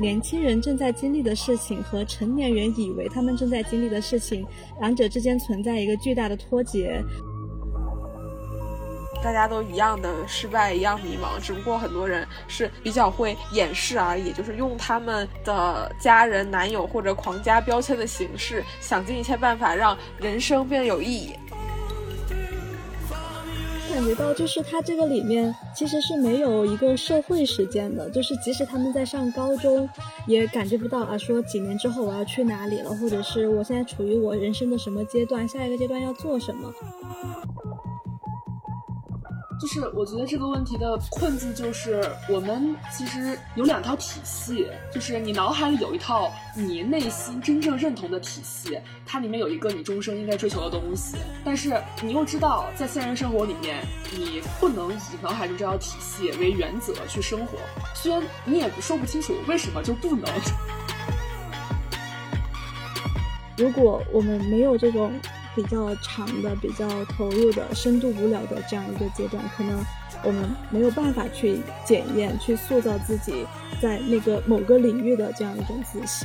年轻人正在经历的事情和成年人以为他们正在经历的事情，两者之间存在一个巨大的脱节。 大家都一样的失败，一样迷茫，只不过很多人是比较会掩饰而已，就是用他们的家人、男友或者狂加标签的形式，想尽一切办法让人生变得有意义。 感觉到就是他这个里面其实是没有一个社会时间的，就是即使他们在上高中也感觉不到啊，说几年之后我要去哪里了，或者是我现在处于我人生的什么阶段，下一个阶段要做什么。 就是我觉得这个问题的困境就是我们其实有两套体系，就是你脑海里有一套你内心真正认同的体系，它里面有一个你终生应该追求的东西，但是你又知道在现实生活里面你不能以脑海中这套体系为原则去生活，虽然你也说不清楚为什么就不能。 如果我们没有这种比较长的、比较投入的、深度无聊的这样一个阶段，可能我们没有办法去检验、去塑造自己在那个某个领域的这样一种自信。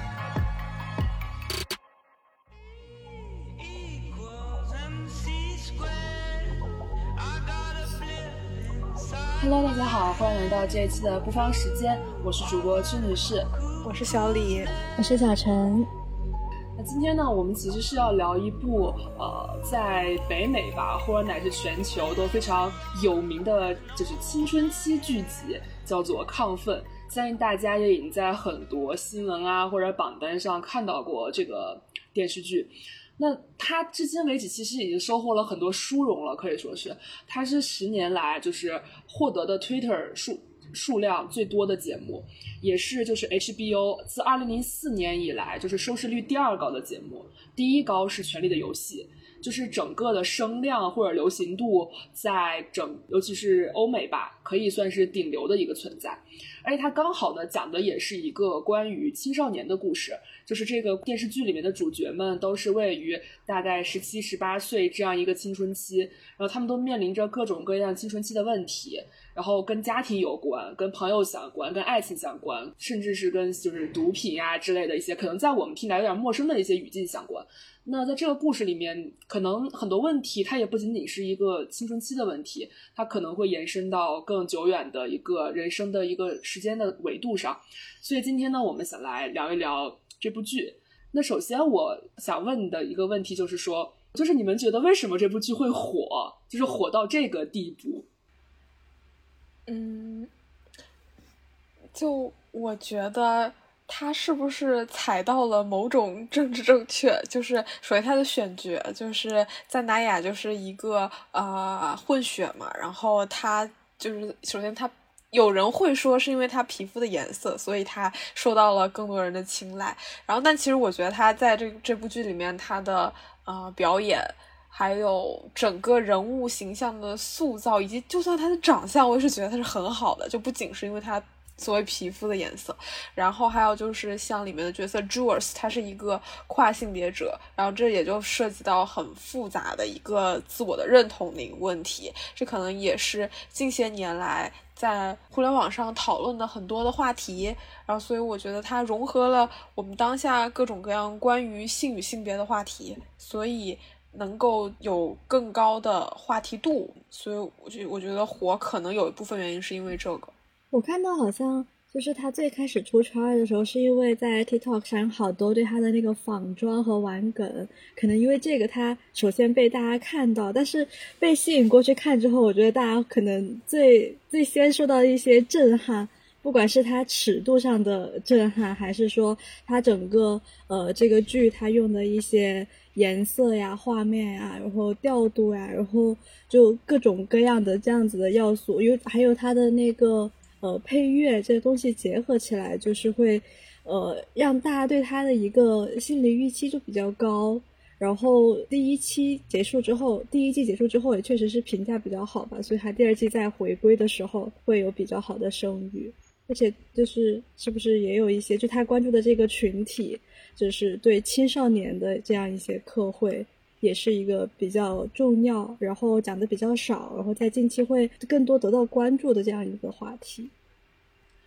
Hello， 大家好，欢迎来到这一期的不方时间，我是主播屈女士， 我是小李， 我是小陈。 那今天呢，我们其实是要聊一部在北美吧，或者乃至全球都非常有名的，就是青春期剧集，叫做《亢奋》。相信大家也已经在很多新闻啊或者榜单上看到过这个电视剧。那它至今为止其实已经收获了很多殊荣了，可以说是它是10年来就是获得的 Twitter 数量最多的节目，也是就是 HBO 自2004年以来就是收视率第2高的节目，第1高是《权力的游戏》，就是整个的声量或者流行度在尤其是欧美吧，可以算是顶流的一个存在。而且它刚好呢讲的也是一个关于青少年的故事，就是这个电视剧里面的主角们都是位于大概17、18岁这样一个青春期，然后他们都面临着各种各样青春期的问题，然后跟家庭有关，跟朋友相关，跟爱情相关，甚至是跟就是毒品啊之类的一些可能在我们听来有点陌生的一些语境相关。那在这个故事里面，可能很多问题它也不仅仅是一个青春期的问题，它可能会延伸到更久远的一个人生的一个时间的维度上。所以今天呢，我们想来聊一聊这部剧。那首先我想问的一个问题就是说，就是你们觉得为什么这部剧会火，就是火到这个地步？ 就我觉得他是不是踩到了某种政治正确，就是首先他的选角就是赞达雅就是一个混血嘛，然后他就是首先他有人会说是因为他皮肤的颜色，所以他受到了更多人的青睐，然后但其实我觉得他在这部剧里面他的表演还有整个人物形象的塑造，以及就算他的长相我也是觉得他是很好的，就不仅是因为他所谓皮肤的颜色，然后还有就是像里面的角色 Jules， 他是一个跨性别者，然后这也就涉及到很复杂的一个自我的认同的一个问题，这可能也是近些年来在互联网上讨论的很多的话题，然后所以我觉得它融合了我们当下各种各样关于性与性别的话题，所以能够有更高的话题度，所以我觉得火可能有一部分原因是因为这个。 我看到好像就是他最开始出圈的时候，是因为在 TikTok 上有好多对他的那个仿妆和玩梗，可能因为这个他首先被大家看到，但是被吸引过去看之后，我觉得大家可能最先受到一些震撼，不管是它尺度上的震撼，还是说它整个这个剧它用的一些颜色呀、画面呀，然后调度呀，然后就各种各样的这样子的要素，还有它的那个配乐这些东西结合起来，就是会让大家对它的一个心理预期就比较高。然后第一季结束之后也确实是评价比较好吧，所以它第2季在回归的时候会有比较好的声誉。而且就是是不是也有一些就他关注的这个群体，就是对青少年的这样一些刻绘，也是一个比较重要，然后讲的比较少，然后在近期会更多得到关注的这样一个话题。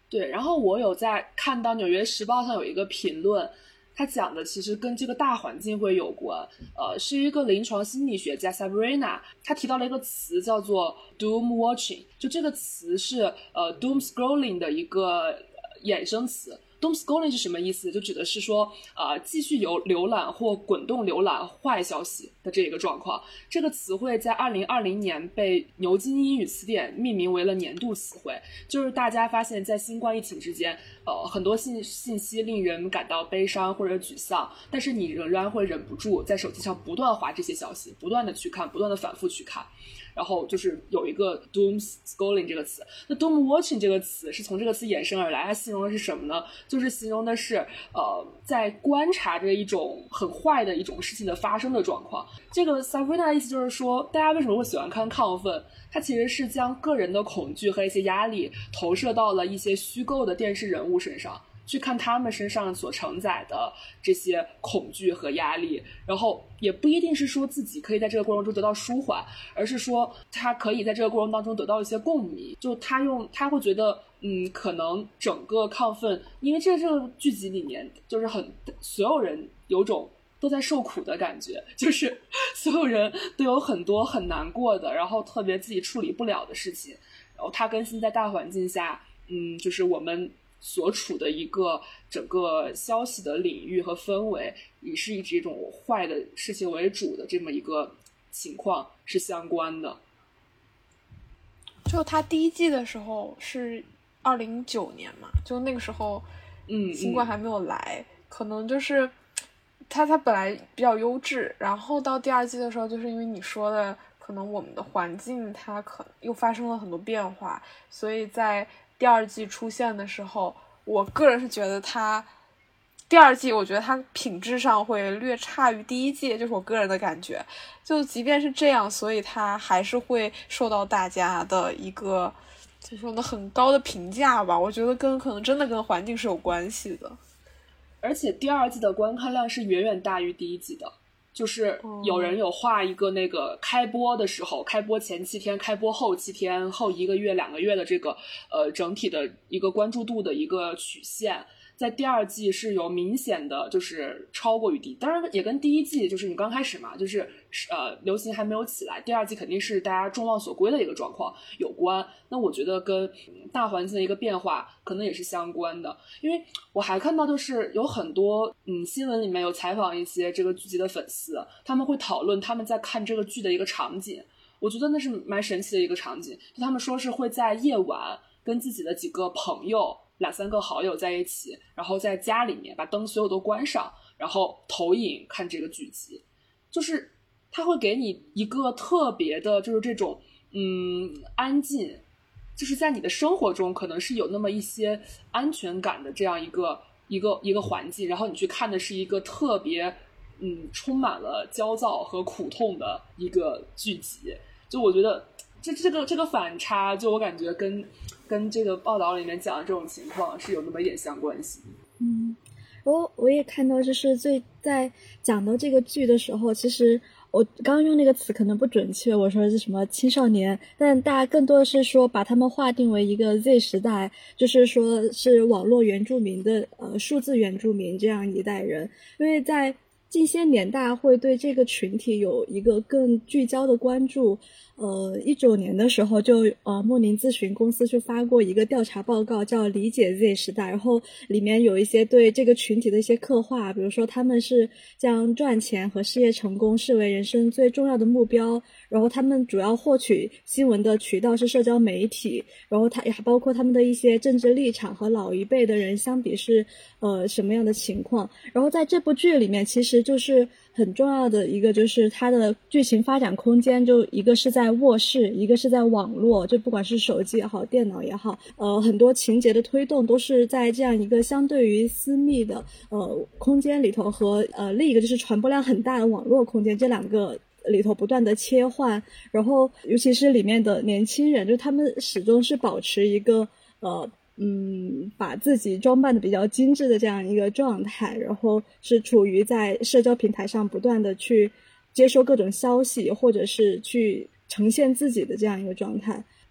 对，然后我有在看到《纽约时报》上有一个评论，他讲的其实跟这个大环境会有关。是一个临床心理学家 Sabrina， 他提到了一个词叫做 doom watching， 就这个词是doom scrolling 的一个衍生词。Doom scrolling 是什么意思？就指的是说继续浏览或滚动浏览坏消息的这一个状况。这个词汇在2020年被牛津英语词典命名为了年度词汇，就是大家发现在新冠疫情之间很多信息令人感到悲伤或者沮丧，但是你仍然会忍不住在手机上不断滑这些消息，不断的去看，不断的反复去看。然后就是有一个 doom scrolling 这个词，那 doom watching 这个词是从这个词衍生而来，它形容的是什么呢？就是形容的是在观察着一种很坏的一种事情的发生的状况。这个 Sabrina 的意思就是说，大家为什么会喜欢看亢奋，它其实是将个人的恐惧和一些压力投射到了一些虚构的电视人物身上，去看他们身上所承载的这些恐惧和压力，然后也不一定是说自己可以在这个过程中得到舒缓，而是说他可以在这个过程当中得到一些共鸣。就他会觉得可能整个亢奋，因为这个剧集里面就是所有人有种都在受苦的感觉，就是所有人都有很多很难过的，然后特别自己处理不了的事情，然后它跟现在大环境下就是我们所处的一个整个消息的领域和氛围也是以这种坏的事情为主的这么一个情况是相关的。 就他第一季的时候是2009年嘛，就那个时候新冠还没有来，可能就是他本来比较优质，然后到第二季的时候，就是因为你说的可能我们的环境它可能又发生了很多变化，所以在第二季出现的时候，我个人是觉得它第二季我觉得它品质上会略差于第一季，就是我个人的感觉。就即便是这样，所以它还是会受到大家的一个怎么说呢，很高的评价吧。我觉得可能真的跟环境是有关系的。 而且第二季的观看量是远远大于第一季的，就是有人有画一个那个开播的时候，开播前7天，开播后7天，后1个月2个月的这个整体的一个关注度的一个曲线，在第二季是有明显的就是超过于第一，当然也跟第一季就是你刚开始嘛，就是流行还没有起来，第二季肯定是大家众望所归的一个状况有关。那我觉得跟大环境的一个变化可能也是相关的，因为我还看到就是有很多新闻里面有采访一些这个剧集的粉丝，他们会讨论他们在看这个剧的一个场景，我觉得那是蛮神奇的一个场景，就他们说是会在夜晚跟自己的几个朋友2-3个好友在一起，然后在家里面把灯所有都关上，然后投影看这个剧集，就是它会给你一个特别的就是这种安静，就是在你的生活中可能是有那么一些安全感的这样一个环境，然后你去看的是一个特别充满了焦躁和苦痛的一个剧集。就我觉得这个反差，就我感觉跟这个报道里面讲的这种情况是有那么一点相关系。 我也看到，就是在讲到这个剧的时候，其实我刚刚用那个词可能不准确，我说是什么青少年，但大家更多的是说把他们划定为一个 Z 时代，就是说是网络原住民的数字原住民这样一代人，因为在近些年大家会对这个群体有一个更聚焦的关注。19年的时候就莫宁咨询公司就发过一个调查报告叫理解 Z 时代，然后里面有一些对这个群体的一些刻画，比如说他们是将赚钱和事业成功视为人生最重要的目标，然后他们主要获取新闻的渠道是社交媒体，然后也包括他们的一些政治立场和老一辈的人相比是什么样的情况。然后在这部剧里面其实就是很重要的一个就是它的剧情发展空间，就一个是在卧室，一个是在网络，就不管是手机也好电脑也好，很多情节的推动都是在这样一个相对于私密的空间里头和另一个就是传播量很大的网络空间，这两个里头不断的切换，然后尤其是里面的年轻人，就他们始终是保持一个把自己装扮的比较精致的这样一个状态，然后是处于在社交平台上不断的去接收各种消息，或者是去呈现自己的这样一个状态。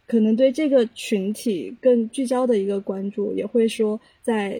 可能对这个群体更聚焦的一个关注，也会说在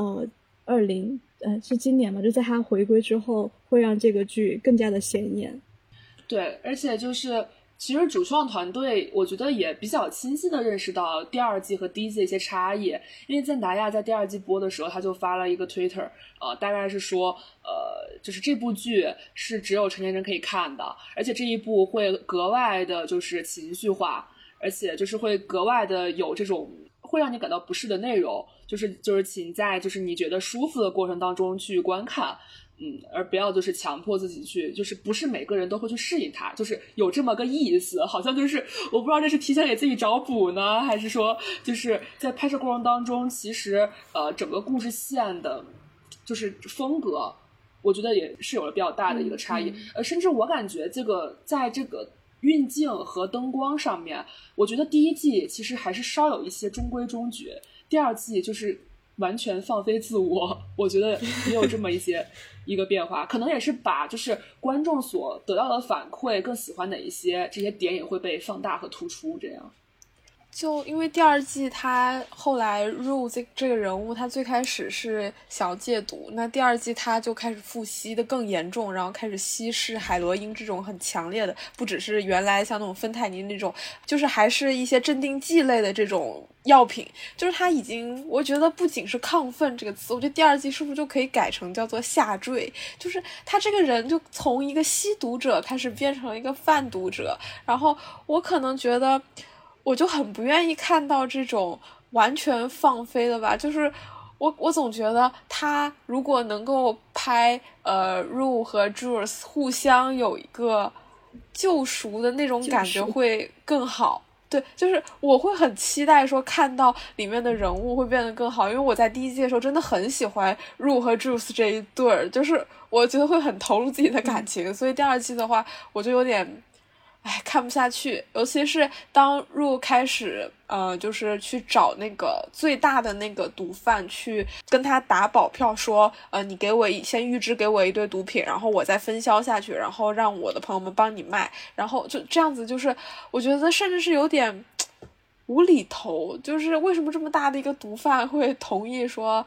是今年嘛，就在他回归之后，会让这个剧更加的显眼。 对，而且就是其实主创团队我觉得也比较清晰的认识到第二季和第一季的一些差异，因为赞达亚在第二季播的时候他就发了一个 Twitter，大概是说就是这部剧是只有成年人可以看的，而且这一部会格外的就是情绪化，而且就是会格外的有这种会让你感到不适的内容，就是请在就是你觉得舒服的过程当中去观看，而不要就是强迫自己去，就是不是每个人都会去适应它，就是有这么个意思，好像就是我不知道这是提前给自己找补呢，还是说就是在拍摄过程当中，其实整个故事线的就是风格我觉得也是有了比较大的一个差异，甚至我感觉这个在这个运镜和灯光上面，我觉得第一季其实还是稍有一些中规中矩，第二季就是完全放飞自我，我觉得也有这么一个变化，可能也是把就是观众所得到的反馈更喜欢哪一些，这些点也会被放大和突出，这样。 就因为第二季他后来入这个人物，他最开始是小戒毒，那第二季他就开始复吸的更严重，然后开始稀释海洛因这种很强烈的，不只是原来像那种芬太尼那种，就是还是一些镇定剂类的这种药品，就是他已经，我觉得不仅是亢奋这个词，我觉得第二季是不是就可以改成叫做下坠，就是他这个人就从一个吸毒者开始变成一个贩毒者，然后我可能觉得我就很不愿意看到这种完全放飞的吧，就是我总觉得他如果能够拍Rue 和 Jules 互相有一个救赎的那种感觉会更好。对，就是我会很期待说看到里面的人物会变得更好，因为我在第一季的时候真的很喜欢 Rue 和 Jules 这一对儿，就是我觉得会很投入自己的感情，所以第二季的话我就有点看不下去，尤其是当Rue开始就是去找那个最大的那个毒贩去跟他打保票说你先预支给我一堆毒品，然后我再分销下去，然后让我的朋友们帮你卖，然后就这样子，就是我觉得甚至是有点无厘头，就是为什么这么大的一个毒贩会同意说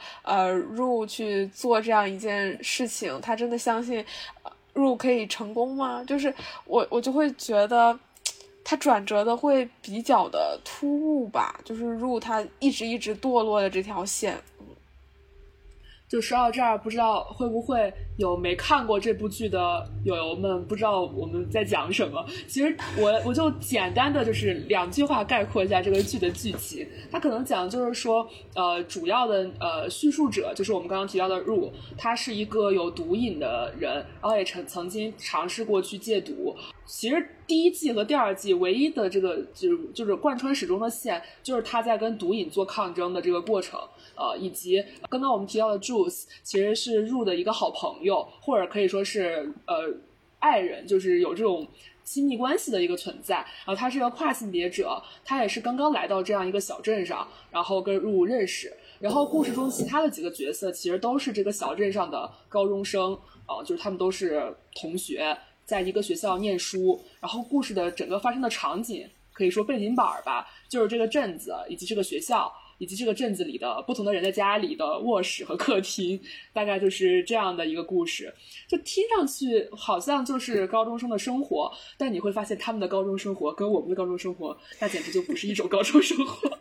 Rue去做这样一件事情，他真的相信Rue可以成功吗？就是我就会觉得他转折的会比较的突兀吧，就是Rue他一直堕落的这条线。 就说到这儿，不知道会不会有没看过这部剧的友友们不知道我们在讲什么。其实我就简单的就是2句话概括一下这个剧的剧情。它可能讲的就是说主要的叙述者就是我们刚刚提到的Rue，他是一个有毒瘾的人，然后也曾经尝试过去戒毒。其实第一季和第二季唯一的这个就是贯穿始终的线，就是他在跟毒瘾做抗争的这个过程，以及刚刚我们提到的 Jules 其实是Rue的一个好朋友，或者可以说是爱人，就是有这种亲密关系的一个存在。然后他是一个跨性别者，他也是刚刚来到这样一个小镇上，然后跟Rue认识。然后故事中其他的几个角色其实都是这个小镇上的高中生，就是他们都是同学，在一个学校念书。然后故事的整个发生的场景可以说背景板吧，就是这个镇子以及这个学校以及这个镇子里的不同的人的家里的卧室和客厅，大概就是这样的一个故事。就听上去好像就是高中生的生活，但你会发现他们的高中生活跟我们的高中生活那简直就不是一种高中生活。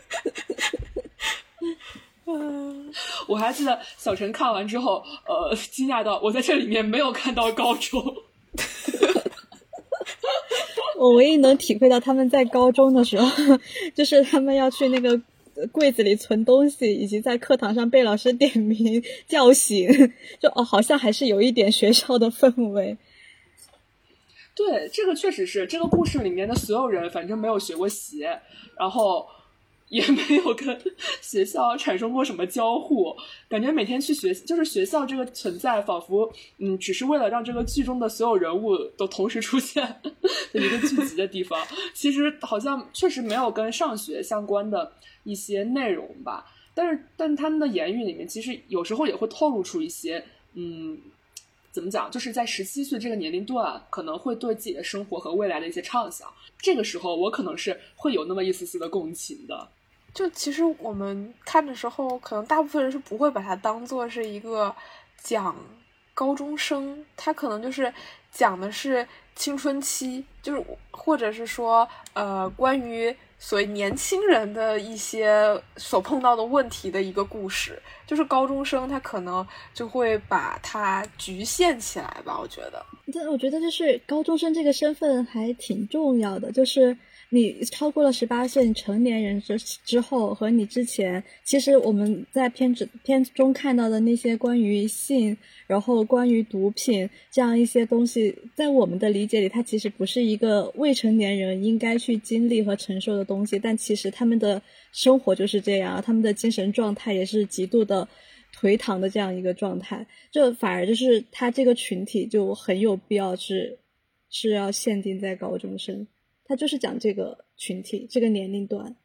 我还记得小陈看完之后惊讶到我在这里面没有看到高中。 我唯一能体会到他们在高中的时候，就是他们要去那个柜子里存东西，以及在课堂上被老师点名叫醒，就好像还是有一点学校的氛围。 对，这个确实是这个故事里面的所有人反正没有学过习，然后也没有跟学校产生过什么交互，感觉每天去就是学校这个存在仿佛只是为了让这个剧中的所有人物都同时出现的一个聚集的地方。其实好像确实没有跟上学相关的一些内容吧，但他们的言语里面其实有时候也会透露出一些怎么讲，就是在17岁这个年龄段可能会对自己的生活和未来的一些畅想，这个时候我可能是会有那么一丝丝的共情的。 就其实我们看的时候，可能大部分人是不会把它当做是一个讲高中生，他可能就是讲的是青春期，就是或者是说关于所谓年轻人的一些所碰到的问题的一个故事。就是高中生他可能就会把它局限起来吧，我觉得。 但我觉得就是高中生这个身份还挺重要的，就是你超过了18岁，你成年人之后和你之前，其实我们在片中看到的那些关于性，然后关于毒品这样一些东西，在我们的理解里，它其实不是一个未成年人应该去经历和承受的东西，但其实他们的生活就是这样，他们的精神状态也是极度的颓唐的这样一个状态，就反而就是他这个群体就很有必要是要限定在高中生，他就是讲这个群体这个年龄段。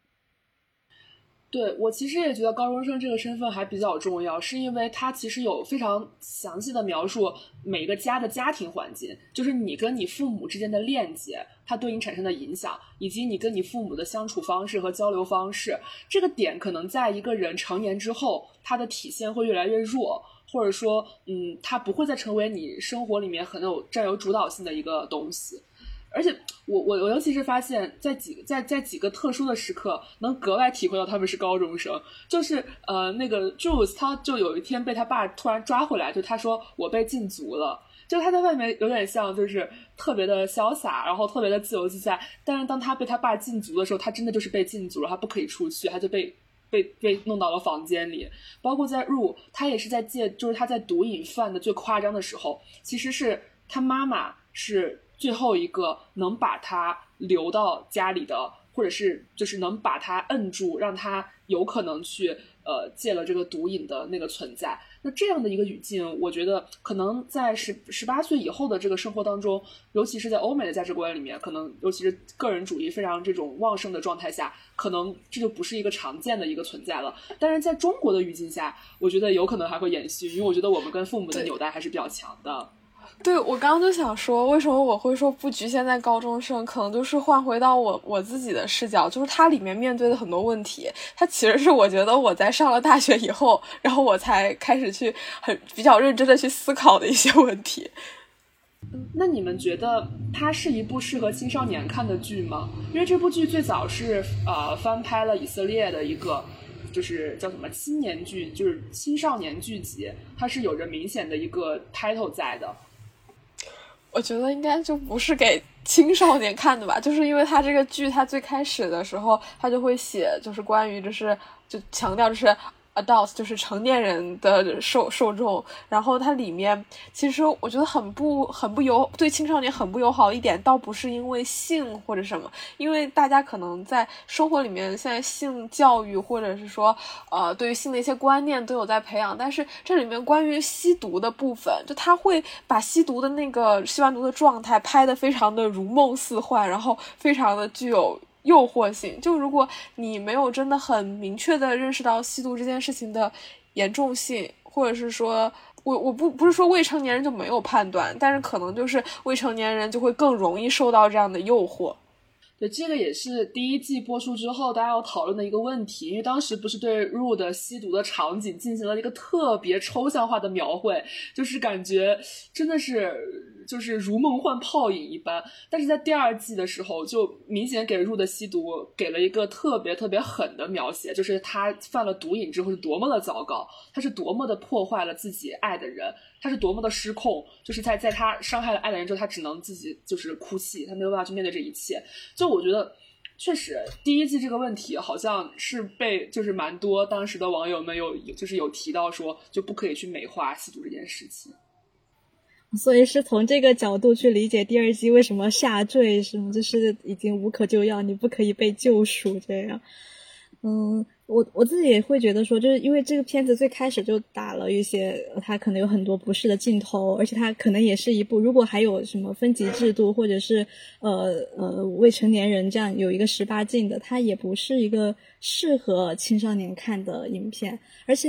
对，我其实也觉得高中生这个身份还比较重要，是因为它其实有非常详细的描述每个家的家庭环境，就是你跟你父母之间的链接，它对你产生的影响，以及你跟你父母的相处方式和交流方式，这个点可能在一个人成年之后，它的体现会越来越弱，或者说它不会再成为你生活里面很占有主导性的一个东西。而且我尤其是发现在几个特殊的时刻能格外体会到他们是高中生，就是那个 Jules 他就有一天被他爸突然抓回来，就他说我被禁足了，就他在外面有点像就是特别的潇洒，然后特别的自由自在，但是当他被他爸禁足的时候，他真的就是被禁足了，他不可以出去，他就被弄到了房间里。包括在入他也是在就是他在毒瘾犯的最夸张的时候，其实是他妈妈是最后一个能把他留到家里的，或者是就是能把他摁住，让他有可能去戒了这个毒瘾的那个存在。那这样的一个语境，我觉得可能在18岁以后的这个生活当中，尤其是在欧美的价值观里面，可能尤其是个人主义非常这种旺盛的状态下，可能这就不是一个常见的一个存在了。但是在中国的语境下，我觉得有可能还会延续，因为我觉得我们跟父母的纽带还是比较强的。 对，我刚刚就想说，为什么我会说不局限在高中生，可能就是换回到我自己的视角，就是它里面面对的很多问题，它其实是我觉得我在上了大学以后，然后我才开始去比较认真的去思考的一些问题。 那你们觉得它是一部适合青少年看的剧吗？因为这部剧最早是翻拍了以色列的一个就是叫什么青年剧，就是青少年剧集，它是有着明显的一个 title 在的。 我觉得应该就不是给青少年看的吧，就是因为他这个剧他最开始的时候他就会写就是关于就强调就是adults 就是成年人的受众，然后它里面其实我觉得很不对青少年很不友好一点，倒不是因为性或者什么，因为大家可能在生活里面现在性教育或者是说对于性的一些观念都有在培养，但是这里面关于吸毒的部分，就他会把吸毒的那个吸完毒的状态拍得非常的如梦似幻，然后非常的具有诱惑性。就如果你没有真的很明确的认识到吸毒这件事情的严重性，或者是说我不是说未成年人就没有判断，但是可能就是未成年人就会更容易受到这样的诱惑。 对，这个也是第一季播出之后大家要讨论的一个问题，因为当时不是对入的吸毒的场景进行了一个特别抽象化的描绘，就是感觉真的是就是如梦幻泡影一般。但是在第二季的时候，就明显给入的吸毒给了一个特别特别狠的描写，就是他犯了毒瘾之后是多么的糟糕，他是多么的破坏了自己爱的人，他是多么的失控，就是在他伤害了爱的人之后，他只能自己就是哭泣，他没有办法去面对这一切。就我觉得确实第一季这个问题好像是被就是蛮多当时的网友们有提到说就不可以去美化吸毒这件事情， 所以是从这个角度去理解第二季为什么下坠，什么就是已经无可救药，你不可以被救赎这样。我自己也会觉得说，就是因为这个片子最开始就打了一些它可能有很多不适的镜头，而且它可能也是一部如果还有什么分级制度或者是未成年人这样有一个18禁的，它也不是一个适合青少年看的影片。而且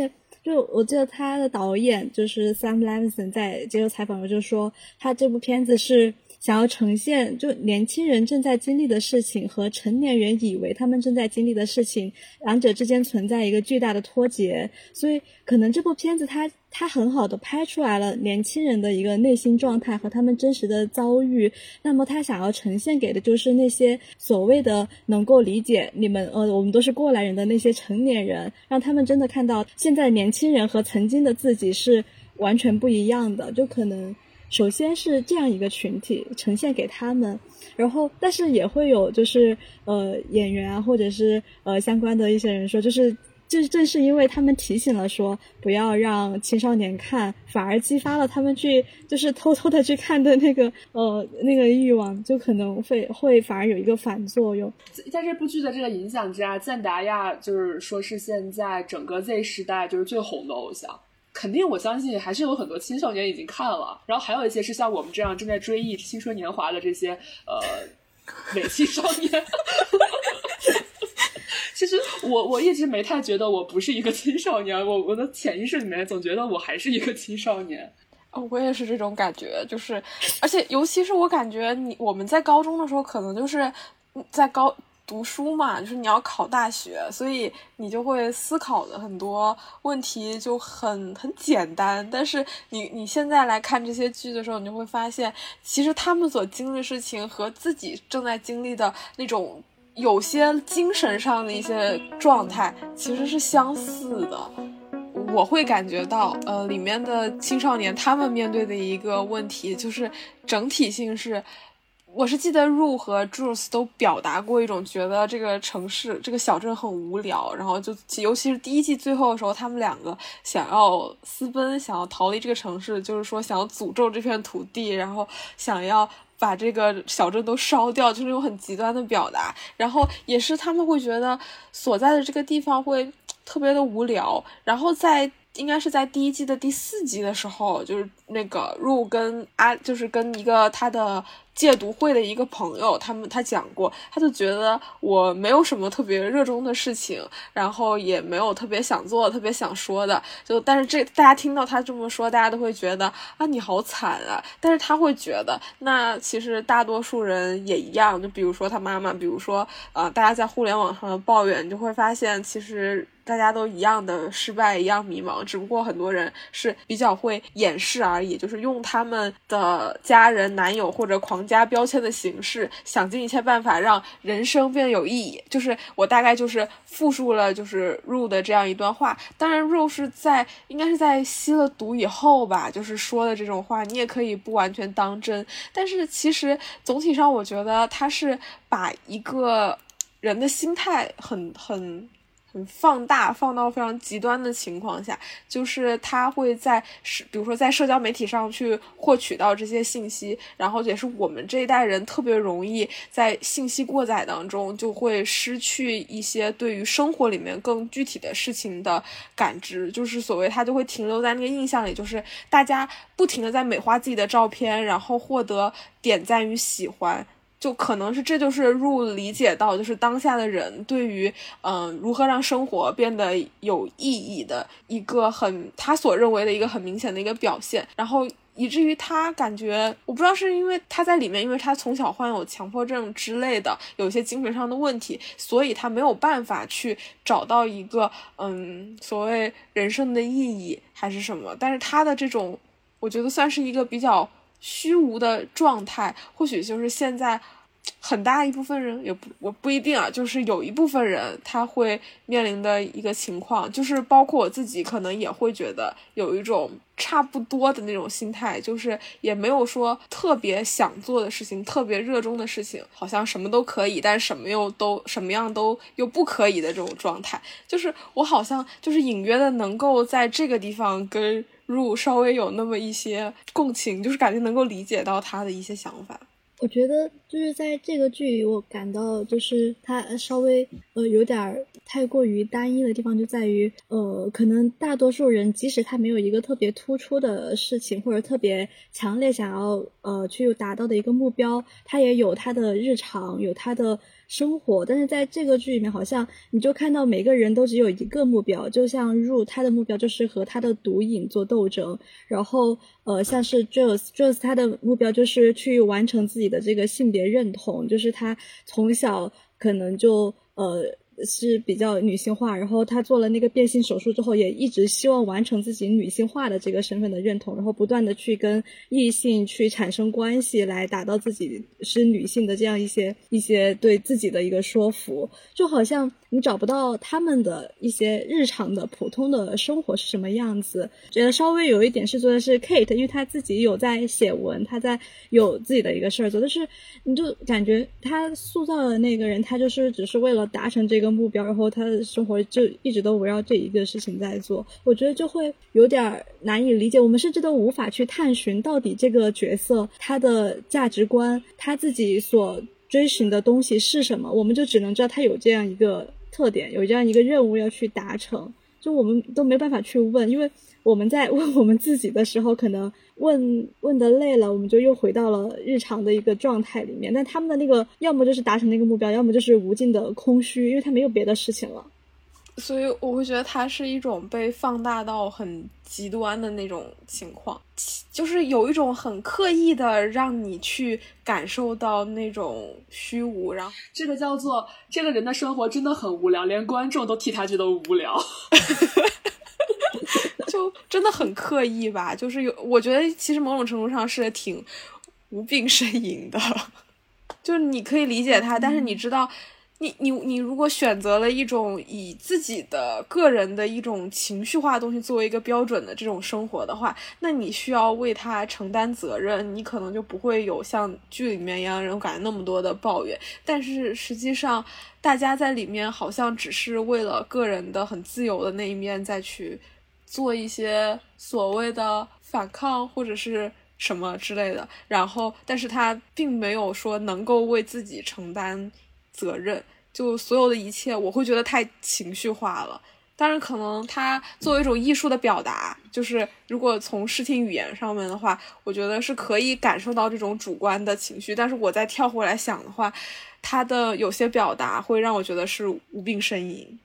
就我记得他的导演就是 Sam Levinson 在接受采访的时候就说，他这部片子是想要呈现就年轻人正在经历的事情和成年人以为他们正在经历的事情两者之间存在一个巨大的脱节，所以可能这部片子它很好的拍出来了年轻人的一个内心状态和他们真实的遭遇，那么他想要呈现给的就是那些所谓的能够理解你们我们都是过来人的那些成年人，让他们真的看到现在的年轻人和曾经的自己是完全不一样的，就可能首先是这样一个群体呈现给他们，然后但是也会有就是演员啊或者是相关的一些人说，就是正是因为他们提醒了说不要让青少年看，反而激发了他们去就是偷偷的去看的那个欲望，就可能会反而有一个反作用。 在这部剧的这个影响之下，赞达亚就是说是现在整个 Z 时代就是最红的偶像，肯定我相信还是有很多青少年已经看了，然后还有一些是像我们这样正在追忆青春年华的这些伪青少年其实我一直没太觉得我不是一个青少年，我的潜意识里面总觉得我还是一个青少年。 我也是这种感觉，就是而且尤其是我感觉我们在高中的时候可能就是在读书嘛，就是你要考大学，所以你就会思考的很多问题就很简单，但是你现在来看这些剧的时候，你就会发现其实他们所经历的事情和自己正在经历的那种有些精神上的一些状态其实是相似的。我会感觉到里面的青少年他们面对的一个问题就是整体性是，我是记得 Rue 和 Jules 都表达过一种觉得这个城市这个小镇很无聊，然后就尤其是第一季最后的时候，他们两个想要私奔，想要逃离这个城市，就是说想要诅咒这片土地，然后想要把这个小镇都烧掉，就是那种很极端的表达。然后也是他们会觉得所在的这个地方会特别的无聊，然后应该是在第一季的第4集的时候，就是那个 Rue 就是跟一个他的戒毒会的一个朋友，他讲过，他就觉得我没有什么特别热衷的事情，然后也没有特别想做特别想说的，但是大家听到他这么说，大家都会觉得啊你好惨啊，但是他会觉得那其实大多数人也一样，就比如说他妈妈，比如说大家在互联网上的抱怨，你就会发现其实大家都一样的失败，一样迷茫，只不过很多人是比较会掩饰而已，就是用他们的家人、男友或者狂加标签的形式，想尽一切办法让人生变得有意义。就是我大概就是复述了就是 Rue 的这样一段话，当然 Rue 是应该是在吸了毒以后吧，就是说的这种话，你也可以不完全当真，但是其实总体上我觉得他是把一个人的心态很放大，放到非常极端的情况下，就是他会比如说在社交媒体上去获取到这些信息，然后也是我们这一代人特别容易在信息过载当中就会失去一些对于生活里面更具体的事情的感知，就是所谓他就会停留在那个印象里，就是大家不停的在美化自己的照片，然后获得点赞与喜欢，就可能是这就是Rue理解到就是当下的人对于如何让生活变得有意义的一个他所认为的一个很明显的一个表现，然后以至于他感觉，我不知道是因为他在里面，因为他从小患有强迫症之类的，有一些精神上的问题，所以他没有办法去找到一个所谓人生的意义还是什么，但是他的这种我觉得算是一个比较虚无的状态，或许就是现在很大一部分人我不一定啊，就是有一部分人他会面临的一个情况，就是包括我自己可能也会觉得有一种差不多的那种心态，就是也没有说特别想做的事情，特别热衷的事情，好像什么都可以，但什么样都又不可以的这种状态，就是我好像就是隐约的能够在这个地方跟Rue稍微有那么一些共情，就是感觉能够理解到他的一些想法。 我觉得就是在这个剧里，我感到就是他稍微有点太过于单一的地方就在于可能大多数人即使他没有一个特别突出的事情或者特别强烈想要去达到的一个目标，他也有他的日常，有他的生活，但是在这个剧里面好像你就看到每个人都只有一个目标，就像入他的目标就是和他的毒瘾做斗争，然后像是 Jules 他的目标就是去完成自己的这个性别认同，就是他从小可能就是比较女性化，然后她做了那个变性手术之后也一直希望完成自己女性化的这个身份的认同，然后不断的去跟异性去产生关系来达到自己是女性的这样一些对自己的一个说服，就好像你找不到他们的一些日常的普通的生活是什么样子。觉得稍微有一点是做的是 Kate， 因为她自己有在写文，她在有自己的一个事儿做，但是你就感觉她塑造的那个人她就是只是为了达成这个目标，然后她的生活就一直都围绕这一个事情在做，我觉得就会有点难以理解，我们甚至都无法去探寻到底这个角色他的价值观他自己所追寻的东西是什么，我们就只能知道他有这样一个特点，有这样一个任务要去达成，就我们都没办法去问，因为我们在问我们自己的时候可能问得累了，我们就又回到了日常的一个状态里面，但他们的那个要么就是达成那个目标，要么就是无尽的空虚，因为他没有别的事情了。 所以我会觉得它是一种被放大到很极端的那种情况，就是有一种很刻意的让你去感受到那种虚无，然后这个叫做这个人的生活真的很无聊，连观众都替他觉得无聊就真的很刻意吧，就是我觉得其实某种程度上是挺无病呻吟的，就是你可以理解他，但是你知道你如果选择了一种以自己的个人的一种情绪化的东西作为一个标准的这种生活的话，那你需要为它承担责任，你可能就不会有像剧里面一样人感觉那么多的抱怨，但是实际上大家在里面好像只是为了个人的很自由的那一面再去做一些所谓的反抗或者是什么之类的，然后但是他并没有说能够为自己承担责任，就所有的一切我会觉得太情绪化了。当然可能它作为一种艺术的表达，就是如果从视听语言上面的话，我觉得是可以感受到这种主观的情绪，但是我再跳回来想的话，它的有些表达会让我觉得是无病呻吟。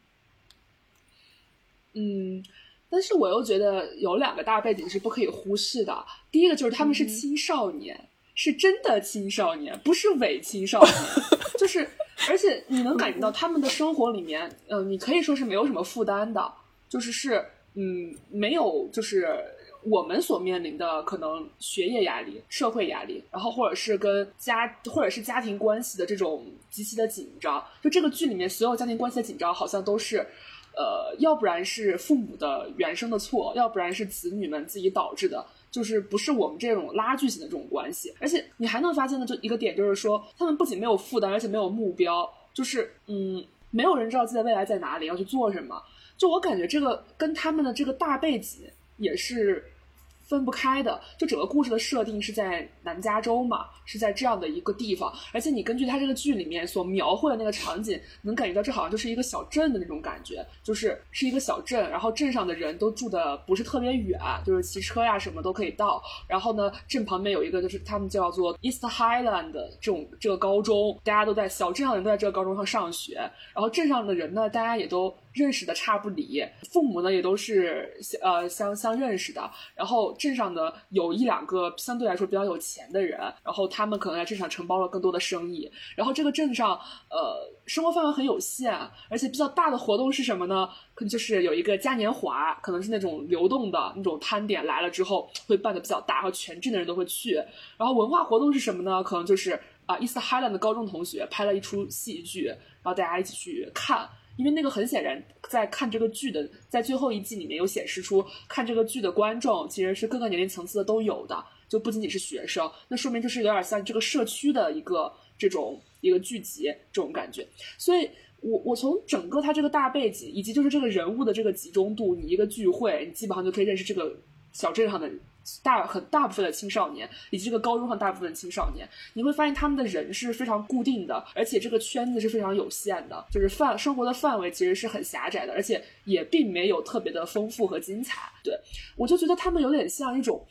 但是我又觉得有两个大背景是不可以忽视的。第一个就是他们是青少年，是真的青少年，不是伪青少年就是而且你能感觉到他们的生活里面你可以说是没有什么负担的，就是没有就是我们所面临的可能学业压力、社会压力，然后或者是家庭关系的这种极其的紧张。就这个剧里面所有家庭关系的紧张好像都是要不然是父母的原生的错，要不然是子女们自己导致的，就是不是我们这种拉锯型的这种关系。而且你还能发现的就一个点就是说，他们不仅没有负担，而且没有目标，就是没有人知道自己的未来在哪里，要去做什么。就我感觉这个跟他们的这个大背景也是分不开的，就整个故事的设定是在南加州嘛，是在这样的一个地方，而且你根据他这个剧里面所描绘的那个场景，能感觉到这好像就是一个小镇的那种感觉，是一个小镇，然后镇上的人都住的不是特别远，就是骑车呀什么都可以到，然后呢镇旁边有一个就是他们叫做 East Highland 这个高中，大家都在小镇上的人都在这个高中上上学，然后镇上的人呢大家也都认识的差不离，父母呢也都是相认识的，然后镇上的有一两个相对来说比较有钱的人，然后他们可能在镇上承包了更多的生意，然后这个镇上生活范围很有限，而且比较大的活动是什么呢？可能就是有一个嘉年华，可能是那种流动的那种摊点，来了之后会办得比较大，然后全镇的人都会去。然后文化活动是什么呢？可能就是East Highland 的高中同学拍了一出戏剧，然后大家一起去看。因为那个很显然在看这个剧的，在最后一季里面有显示出看这个剧的观众其实是各个年龄层次的都有的，就不仅仅是学生，那说明就是有点像这个社区的一个聚集这种感觉。所以我从整个它这个大背景以及就是这个人物的这个集中度，你一个聚会你基本上就可以认识这个小镇上的很大部分的青少年，以及这个高中上大部分的青少年，你会发现他们的人是非常固定的，而且这个圈子是非常有限的，就是生活的范围其实是很狭窄的，而且也并没有特别的丰富和精彩。对，我就觉得他们有点像一种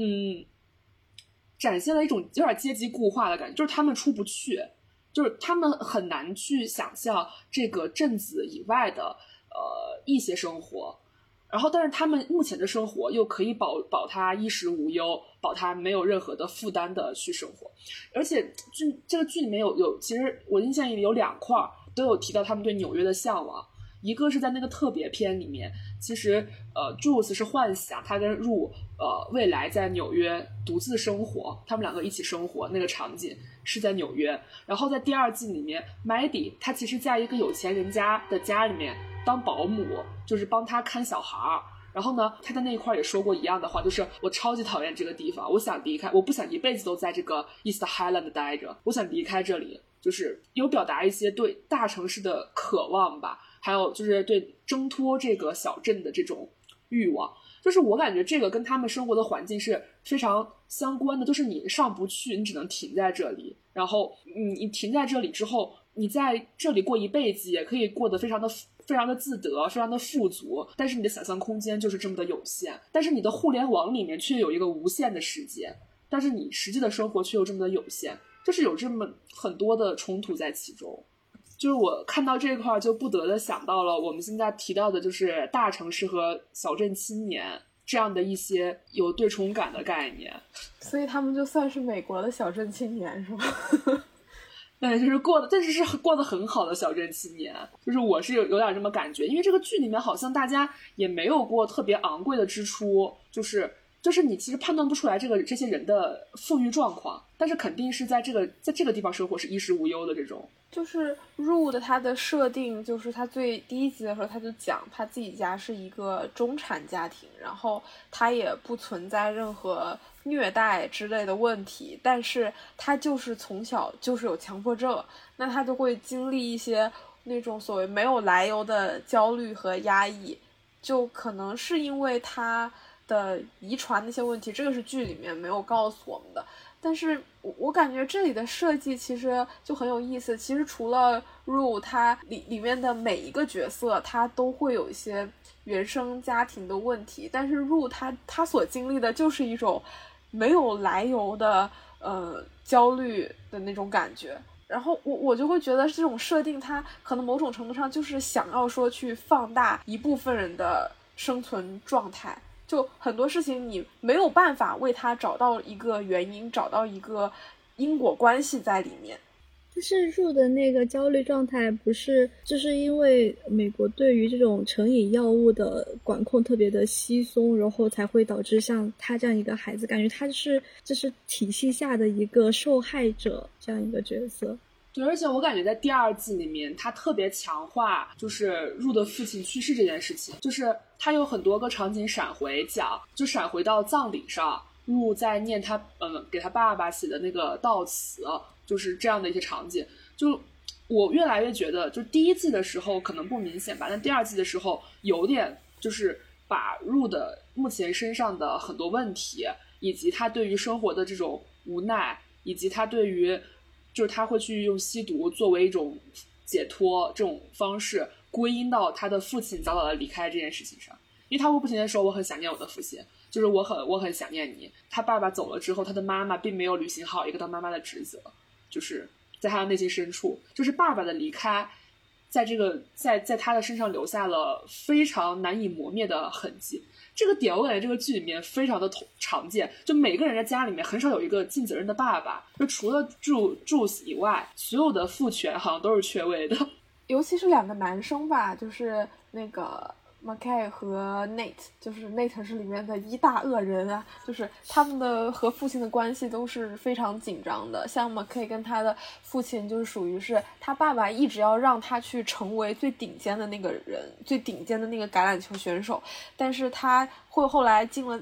展现了一种有点阶级固化的感觉，就是他们出不去，就是他们很难去想象这个镇子以外的一些生活，然后但是他们目前的生活又可以保他衣食无忧，保他没有任何的负担的去生活。而且这个剧里面有其实我印象里有2块都有提到他们对纽约的向往。一个是在那个特别篇里面，其实Jules 是幻想他跟 Rue 未来在纽约独自生活，他们2个一起生活，那个场景是在纽约。然后在第2季里面 Maddie 他其实在一个有钱人家的家里面当保姆，就是帮他看小孩。然后呢，他在那一块也说过一样的话，就是我超级讨厌这个地方，我想离开，我不想一辈子都在这个 East Highland 待着，我想离开这里。就是有表达一些对大城市的渴望吧，还有就是对挣脱这个小镇的这种欲望。就是我感觉这个跟他们生活的环境是非常相关的，就是你上不去，你只能停在这里，然后你停在这里之后，你在这里过一辈子也可以过得非常的自得，非常的富足，但是你的想象空间就是这么的有限，但是你的互联网里面却有一个无限的世界，但是你实际的生活却又这么的有限，就是有这么很多的冲突在其中。就是我看到这块就不得的想到了我们现在提到的就是大城市和小镇青年这样的一些有对冲感的概念。 所以他们就算是美国的小镇青年是吧？ 对，就是但是是过得很好的小镇青年，就是我是有点这么感觉。因为这个剧里面好像大家也没有过特别昂贵的支出，就是你其实判断不出来这些人的富裕状况，但是肯定是在这个地方生活是衣食无忧的这种。 就是 Rue 的他的设定，就是他第一集的时候他就讲他自己家是一个中产家庭，然后他也不存在任何虐待之类的问题，但是他就是从小就是有强迫症，那他就会经历一些那种所谓没有来由的焦虑和压抑，就可能是因为他的遗传那些问题，这个是剧里面没有告诉我们的。但是我感觉这里的设计其实就很有意思，其实除了 Rue 他里面的每一个角色他都会有一些原生家庭的问题，但是 Rue 他所经历的就是一种没有来由的焦虑的那种感觉。然后我就会觉得这种设定它可能某种程度上就是想要说去放大一部分人的生存状态，就很多事情你没有办法为它找到一个原因，找到一个因果关系在里面。 但是入的那个焦虑状态不是就是因为美国对于这种成瘾药物的管控特别的稀松，然后才会导致像他这样一个孩子，感觉他就是体系下的一个受害者这样一个角色。 对，而且我感觉在第2季里面他特别强化就是入的父亲去世这件事情，就是他有很多个场景闪回讲，就闪回到葬礼上，入在念他给他爸爸写的那个悼词，就是这样的一些场景。就我越来越觉得就第1季的时候可能不明显吧，但第2季的时候有点就是把入的目前身上的很多问题，以及他对于生活的这种无奈，以及他对于就是他会去用吸毒作为一种解脱这种方式归因到他的父亲早早的离开这件事情上。因为他会不停的说我很想念我的父亲，就是我很想念你。他爸爸走了之后，他的妈妈并没有履行好一个当妈妈的职责，就是在他的内心深处，就是爸爸的离开在他的身上留下了非常难以磨灭的痕迹。这个点我感觉这个剧里面非常的常见，就每个人的家里面很少有一个尽责任的爸爸，就除了Jules以外，所有的父权好像都是缺位的。 尤其是2个男生吧，就是那个 McKay 和 Nate， 就是 Nate 是里面的一大恶人啊，就是他们的和父亲的关系都是非常紧张的。像 McKay 跟他的父亲就是属于是他爸爸一直要让他去成为最顶尖的那个人，最顶尖的那个橄榄球选手，但是他会后来进了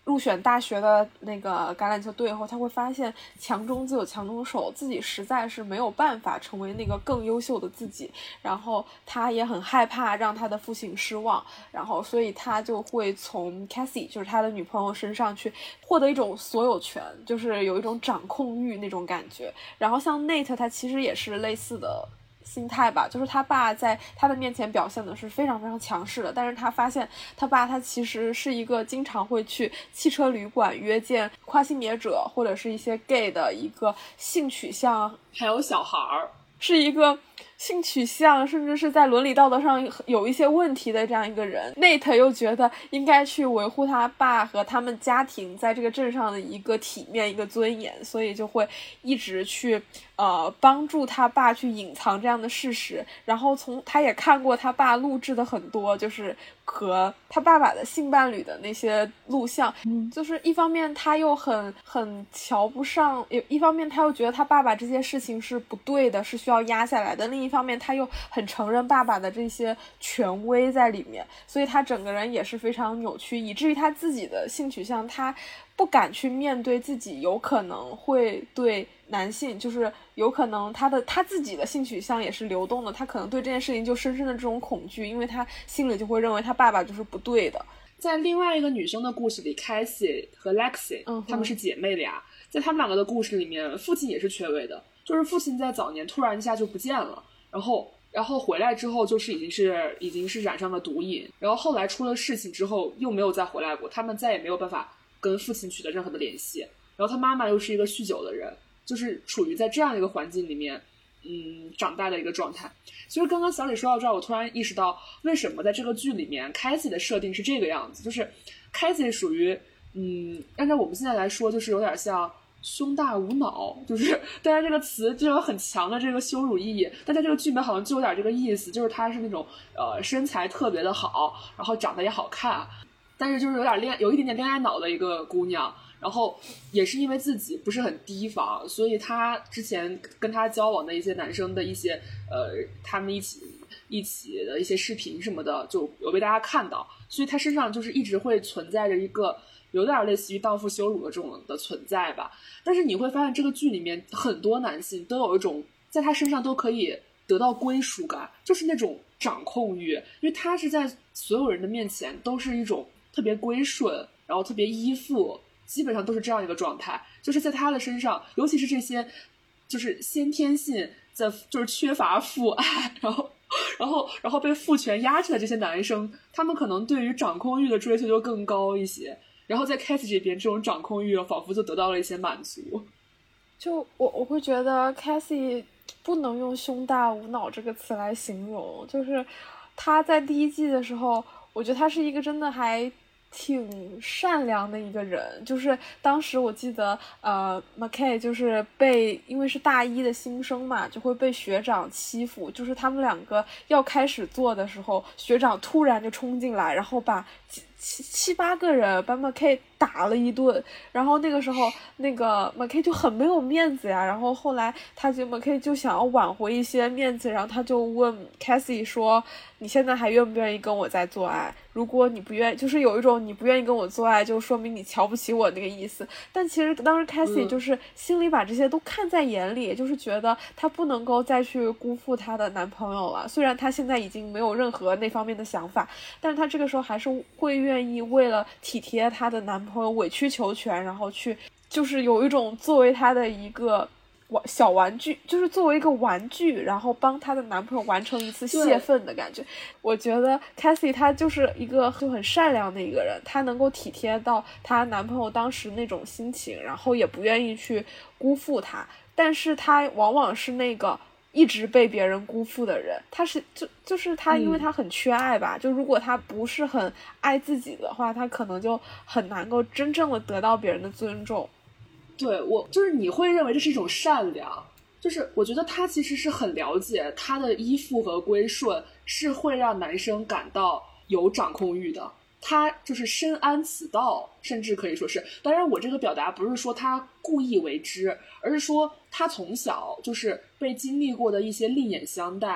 入选大学的那个橄榄球队以后，他会发现强中自有强中手，自己实在是没有办法成为那个更优秀的自己，然后他也很害怕让他的父亲失望，然后所以他就会从 Cassie 就是他的女朋友身上去获得一种所有权，就是有一种掌控欲那种感觉。然后像 Nate 他其实也是类似的心态吧，就是他爸在他的面前表现的是非常非常强势的，但是他发现他爸他其实是一个经常会去汽车旅馆约见跨性别者或者是一些 gay 的一个性取向， 还有小孩儿， 是一个性取向甚至是在伦理道德上有一些问题的这样一个人。 Nate 又觉得应该去维护他爸和他们家庭在这个镇上的一个体面一个尊严，所以就会一直去帮助他爸去隐藏这样的事实。然后他也看过他爸录制的很多就是和他爸爸的性伴侣的那些录像，就是一方面他又很瞧不上，一方面他又觉得他爸爸这些事情是不对的，是需要压下来的，另一方面他又很承认爸爸的这些权威在里面，所以他整个人也是非常扭曲，以至于他自己的性取向他不敢去面对自己有可能会对男性，就是有可能他自己的性取向也是流动的，他可能对这件事情就深深的这种恐惧，因为他心里就会认为他爸爸就是不对的。 在另外一个女生的故事里 Cassie 和 Lexi 她们是姐妹俩，在她们两个的故事里面父亲也是缺位的，就是父亲在早年突然一下就不见了，然后回来之后就是已经是染上了毒瘾，然后后来出了事情之后又没有再回来过，他们再也没有办法跟父亲取得任何的联系，然后他妈妈又是一个酗酒的人，就是处于在这样一个环境里面长大的一个状态。其实刚刚小李说到这儿，我突然意识到为什么在这个剧里面 Cassie 的设定是这个样子，就是 Cassie 属于按照我们现在来说就是有点像胸大无脑，就是当然这个词就有很强的这个羞辱意义，但在这个剧里面好像就有点这个意思，就是她是那种身材特别的好，然后长得也好看，但是就是有一点点恋爱脑的一个姑娘，然后也是因为自己不是很提防，所以她之前跟她交往的一些男生的一些他们一起的一些视频什么的就有被大家看到，所以她身上就是一直会存在着一个有点类似于荡妇羞辱的这种的存在吧。但是你会发现这个剧里面很多男性都有一种在他身上都可以得到归属感，就是那种掌控欲，因为他是在所有人的面前都是一种特别归顺，然后特别依附，基本上都是这样一个状态。就是在他的身上，尤其是这些就是先天性就是缺乏父爱，然后被父权压制的这些男生，他们可能对于掌控欲的追求就更高一些，然后在 Cassie 这边这种掌控欲仿佛就得到了一些满足。 就我会觉得 Cassie 不能用胸大无脑这个词来形容，就是他在第一季的时候我觉得他是一个真的还挺善良的一个人，就是当时我记得McKay 就是因为是大一的新生嘛，就会被学长欺负，就是他们两个要开始做的时候，学长突然就冲进来，然后把七八个人把 McKay 打了一顿，然后那个时候那个 McKay 就很没有面子呀，然后后来McKay 就想要挽回一些面子，然后他就问 Cassie 说你现在还愿不愿意跟我再做爱，如果你不愿意，就是有一种你不愿意跟我做爱就说明你瞧不起我那个意思。但其实当时 Cassie 就是心里把这些都看在眼里，就是觉得她不能够再去辜负她的男朋友了，虽然她现在已经没有任何那方面的想法，但是她这个时候还是会愿意为了体贴她的男朋友委曲求全，然后去就是有一种作为她的一个小玩具，就是作为一个玩具，然后帮她的男朋友完成一次泄愤的感觉。我觉得 Cassie 她就是一个就很善良的一个人，她能够体贴到她男朋友当时那种心情，然后也不愿意去辜负他，但是她往往是那个一直被别人辜负的人，他是就是他，因为他很缺爱吧，就如果他不是很爱自己的话，他可能就很难够真正的得到别人的尊重。 对，我就是你会认为这是一种善良，就是我觉得他其实是很了解他的依附和归顺是会让男生感到有掌控欲的，他就是深谙此道，甚至可以说是，当然我这个表达不是说他故意为之，而是说他从小就是被经历过的一些另眼相待，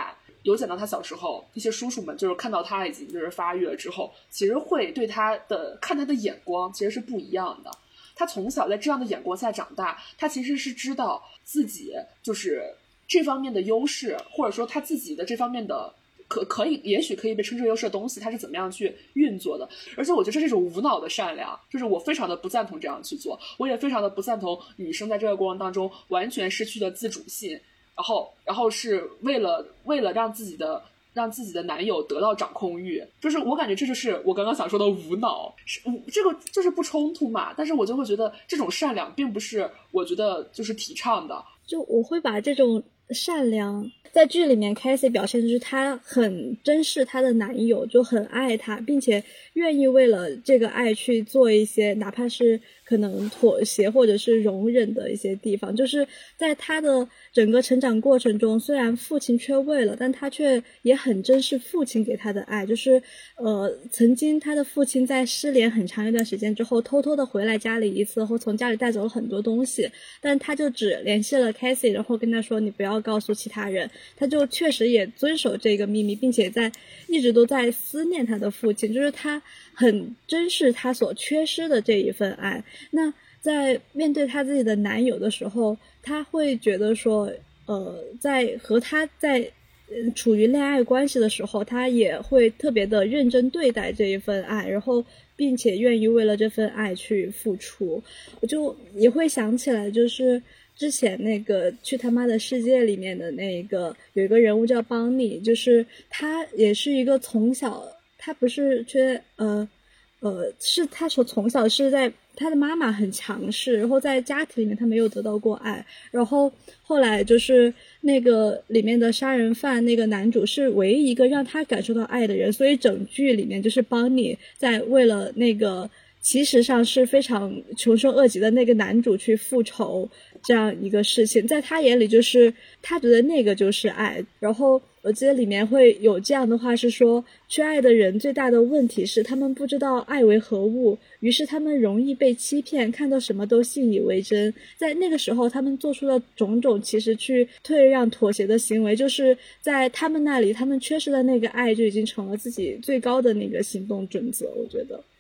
有讲到他小时候一些叔叔们就是看到他已经就是发育了之后，其实会对他的看他的眼光其实是不一样的。他从小在这样的眼光下长大，他其实是知道自己就是这方面的优势，或者说他自己的这方面的也许可以被称之为优势的东西，他是怎么样去运作的。而且我觉得这是一种无脑的善良，就是我非常的不赞同这样去做，我也非常的不赞同女生在这个过程当中完全失去了自主性，然后是为了让自己的男友得到掌控欲，就是我感觉这就是我刚刚想说的无脑，这个就是不冲突嘛，但是我就会觉得这种善良并不是我觉得就是提倡的。 就我会把这种善良在剧里面 Cassie 表现就是她很珍视她的男友，就很爱他，并且愿意为了这个爱去做一些哪怕是可能妥协或者是容忍的一些地方。就是在他的整个成长过程中，虽然父亲缺位了，但他却也很珍视父亲给他的爱。就是曾经他的父亲在失联很长一段时间之后偷偷的回来家里一次，然后从家里带走了很多东西，但他就只联系了 Cassie， 然后跟他说你不要告诉其他人。他就确实也遵守这个秘密，并且一直都在思念他的父亲，就是他很珍视他所缺失的这一份爱。那在面对他自己的男友的时候，他会觉得说在和他处于恋爱关系的时候，他也会特别的认真对待这一份爱，然后并且愿意为了这份爱去付出。我就也会想起来，就是之前那个去他妈的世界里面的那个有一个人物叫邦尼，就是他也是一个从小他不是是他从小是在他的妈妈很强势，然后在家庭里面他没有得到过爱，然后后来就是那个里面的杀人犯那个男主是唯一一个让他感受到爱的人，所以整剧里面就是邦尼在为了那个其实上是非常穷凶恶极的那个男主去复仇这样一个事情，在他眼里就是他觉得那个就是爱。然后我记得里面会有这样的话是说，缺爱的人最大的问题是他们不知道爱为何物，于是他们容易被欺骗，看到什么都信以为真。在那个时候他们做出了种种其实去退让妥协的行为，就是在他们那里他们缺失的那个爱就已经成了自己最高的那个行动准则。我觉得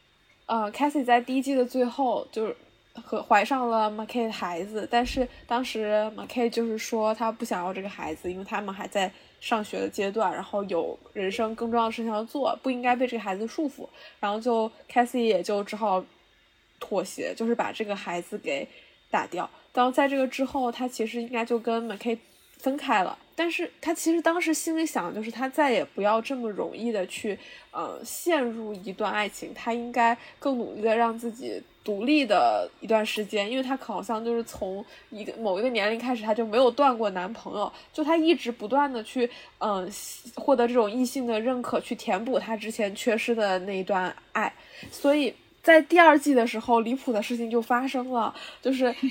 Cassie 在第一季的最后就是怀上了 McKay 的孩子，但是当时 McKay 就是说他不想要这个孩子，因为他们还在上学的阶段，然后有人生更重要的事情要做，不应该被这个孩子束缚，然后就 Cassie 也就只好妥协，就是把这个孩子给打掉。当在这个之后，他其实应该就跟 McKay 分开了，但是他其实当时心里想的就是他再也不要这么容易的去陷入一段爱情，他应该更努力的让自己独立的一段时间，因为他好像就是从某一个年龄开始他就没有断过男朋友，就他一直不断的去获得这种异性的认可，去填补他之前缺失的那一段爱。所以在第二季的时候离谱的事情就发生了，就是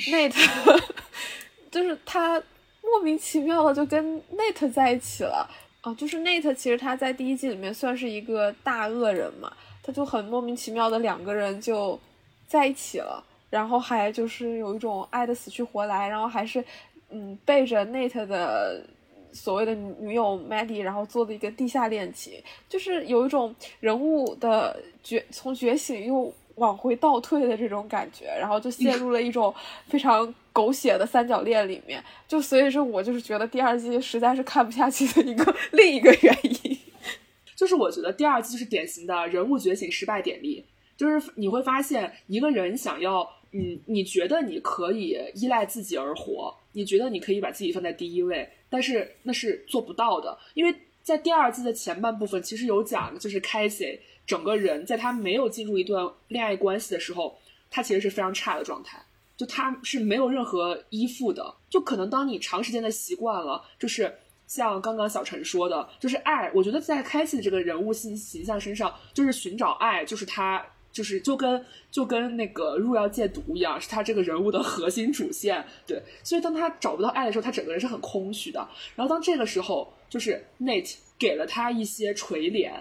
Nate 就是他莫名其妙的就跟 Nate 在一起了就是 Nate 其实他在第一季里面算是一个大恶人嘛，他就很莫名其妙的两个人就在一起了，然后还就是有一种爱的死去活来，然后还是背着 Nate 的所谓的女友 Maddie 然后做的一个地下恋情，就是有一种人物的从觉醒又往回倒退的这种感觉，然后就陷入了一种非常狗血的三角恋里面，就所以说我就是觉得第二季实在是看不下去的另一个原因。 就是我觉得第二季就是典型的人物觉醒失败典例，就是你会发现一个人想要你觉得你可以依赖自己而活，你觉得你可以把自己放在第一位，但是那是做不到的。因为在第二季的前半部分其实有讲，就是 Cassie 整个人在他没有进入一段恋爱关系的时候，他其实是非常差的状态，就他是没有任何依附的。就可能当你长时间的习惯了，就是像刚刚小陈说的，就是爱，我觉得在Cassie的这个人物形象身上，就是寻找爱，就是他就是就跟那个入药戒毒一样，是他这个人物的核心主线。对，所以当他找不到爱的时候，他整个人是很空虚的。然后当这个时候，就是 Nate 给了他一些垂怜，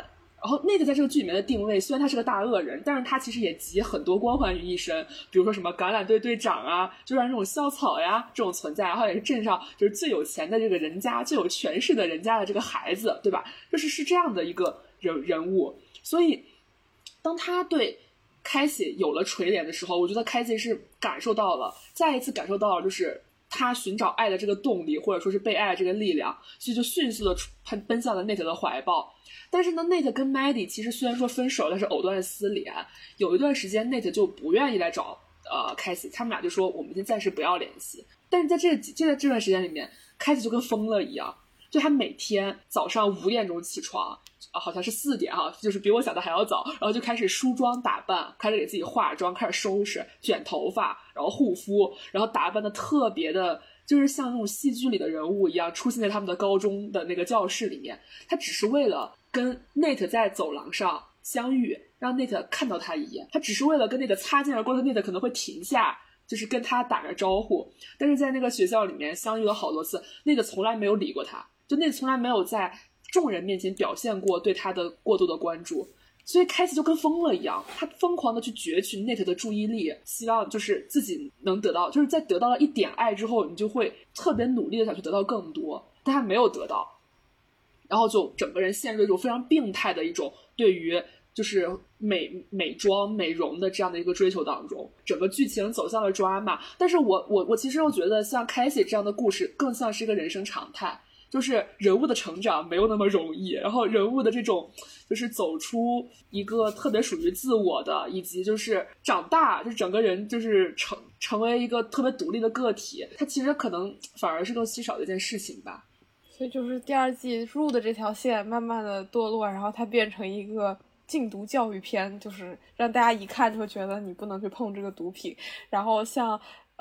然后Nate在这个剧里面的定位，虽然他是个大恶人，但是他其实也集很多光环于一身，比如说什么橄榄队队长啊，就像这种校草呀这种存在，然后也是镇上就是最有钱的这个人家、最有权势的人家的这个孩子，对吧？就是这样的一个人物。所以当他对凯西有了垂怜的时候，我觉得凯西是感受到了，再一次感受到了就是他寻找爱的这个动力，或者说是被爱的这个力量，所以就迅速的奔向了 Nate 的怀抱。但是呢 Nate 跟 Maddie 其实虽然说分手，但是藕断丝连。有一段时间 Nate 就不愿意来找凯西，他们俩就说我们先暂时不要联系。但是在这段时间里面，凯西就跟疯了一样，就他每天早上5点钟起床，好像是4点哈，就是比我想的还要早，然后就开始梳妆打扮，开始给自己化妆，开始收拾卷头发，然后护肤，然后打扮的特别的就是像那种戏剧里的人物一样出现在他们的高中的那个教室里面。他只是为了跟 Nate 在走廊上相遇，让 Nate 看到他一眼，他只是为了跟 Nate 擦肩而过的 Nate 可能会停下，就是跟他打个招呼。但是在那个学校里面相遇了好多次，Nate 从来没有理过他，就Nate 从来没有在众人面前表现过对他的过度的关注。所以凯西就跟疯了一样，他疯狂的去攫取 Nate 的注意力，希望就是自己能得到，就是在得到了一点爱之后，你就会特别努力的想去得到更多，但他没有得到，然后就整个人陷入一种非常病态的一种对于就是美妆美容的这样的一个追求当中，整个剧情走向了drama。但是我其实又觉得像凯西这样的故事更像是一个人生常态，就是人物的成长没有那么容易，然后人物的这种就是走出一个特别属于自我的，以及就是长大，就整个人就是成为一个特别独立的个体，它其实可能反而是更稀少的一件事情吧。 所以就是第2季入的这条线慢慢的堕落，然后它变成一个禁毒教育片，就是让大家一看就会觉得你不能去碰这个毒品。然后像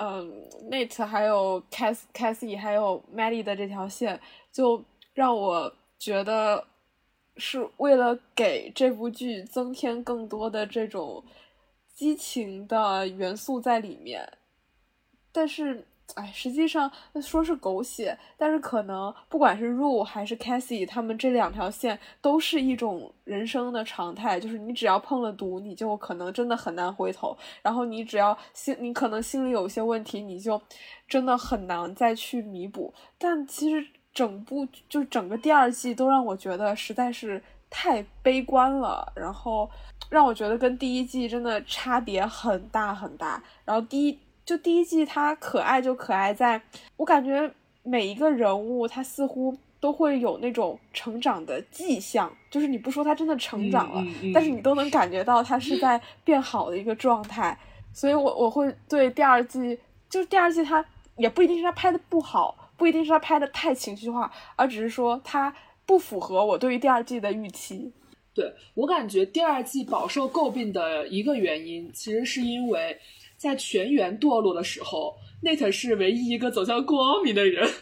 Nate 还有 Cassie 还有 Maddie 的这条线，就让我觉得是为了给这部剧增添更多的这种激情的元素在里面。但是实际上说是狗血，但是可能不管是 Rue 还是 Cassie 他们这2条线都是一种人生的常态，就是你只要碰了毒，你就可能真的很难回头，然后你只要你可能心里有一些问题，你就真的很难再去弥补。但其实整个第2季都让我觉得实在是太悲观了，然后让我觉得跟第1季真的差别很大很大。然后第一季它可爱就可爱在我感觉每一个人物他似乎都会有那种成长的迹象，就是你不说他真的成长了，但是你都能感觉到他是在变好的一个状态。所以我会对第2季，就是第2季它也不一定是他拍的不好，不一定是他拍的太情绪化，而只是说他不符合我对于第2季的预期。 对，我感觉第2季饱受诟病的一个原因，其实是因为在全员堕落的时候 Nate 是唯一一个走向光明的人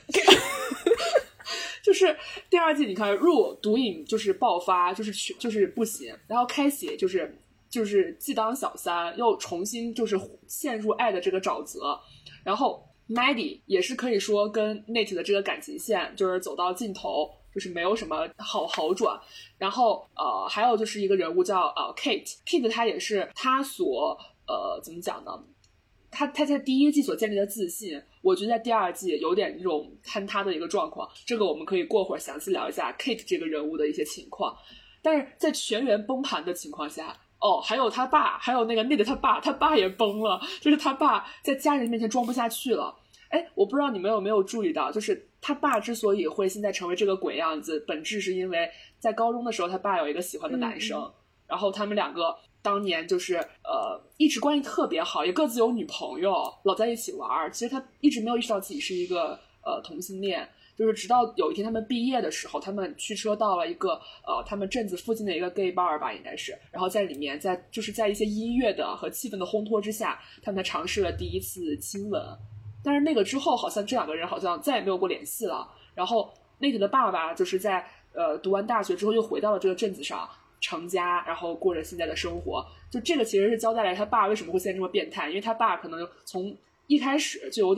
就是第2季你看Rue毒瘾就是爆发，就是不行，然后开启就是既当小三又重新就是陷入爱的这个沼泽，然后 Maddie 也是可以说跟 Nate 的这个感情线就是走到尽头，就是没有什么好转。然后还有就是一个人物叫Kate 他也是他所怎么讲呢，他在第1季所建立的自信，我觉得在第2季有点这种坍塌的一个状况，这个我们可以过会儿详细聊一下 Kate 这个人物的一些情况。但是在全员崩盘的情况下，还有他爸，还有那个Nate他爸也崩了，就是他爸在家人面前装不下去了。我不知道你们有没有注意到，就是他爸之所以会现在成为这个鬼样子，本质是因为在高中的时候他爸有一个喜欢的男生，然后他们2个当年就是一直关系特别好，也各自有女朋友，老在一起玩。其实他一直没有意识到自己是一个同性恋，就是直到有一天他们毕业的时候，他们驱车到了一个他们镇子附近的一个 gay bar 吧，应该是，然后在里面就是在一些音乐的和气氛的烘托之下，他们才尝试了第1次亲吻。但是那个之后好像这2个人好像再也没有过联系了。然后Nate的爸爸就是在读完大学之后又回到了这个镇子上成家，然后过着现在的生活。就这个其实是交代了他爸为什么会现在这么变态，因为他爸可能从一开始就有点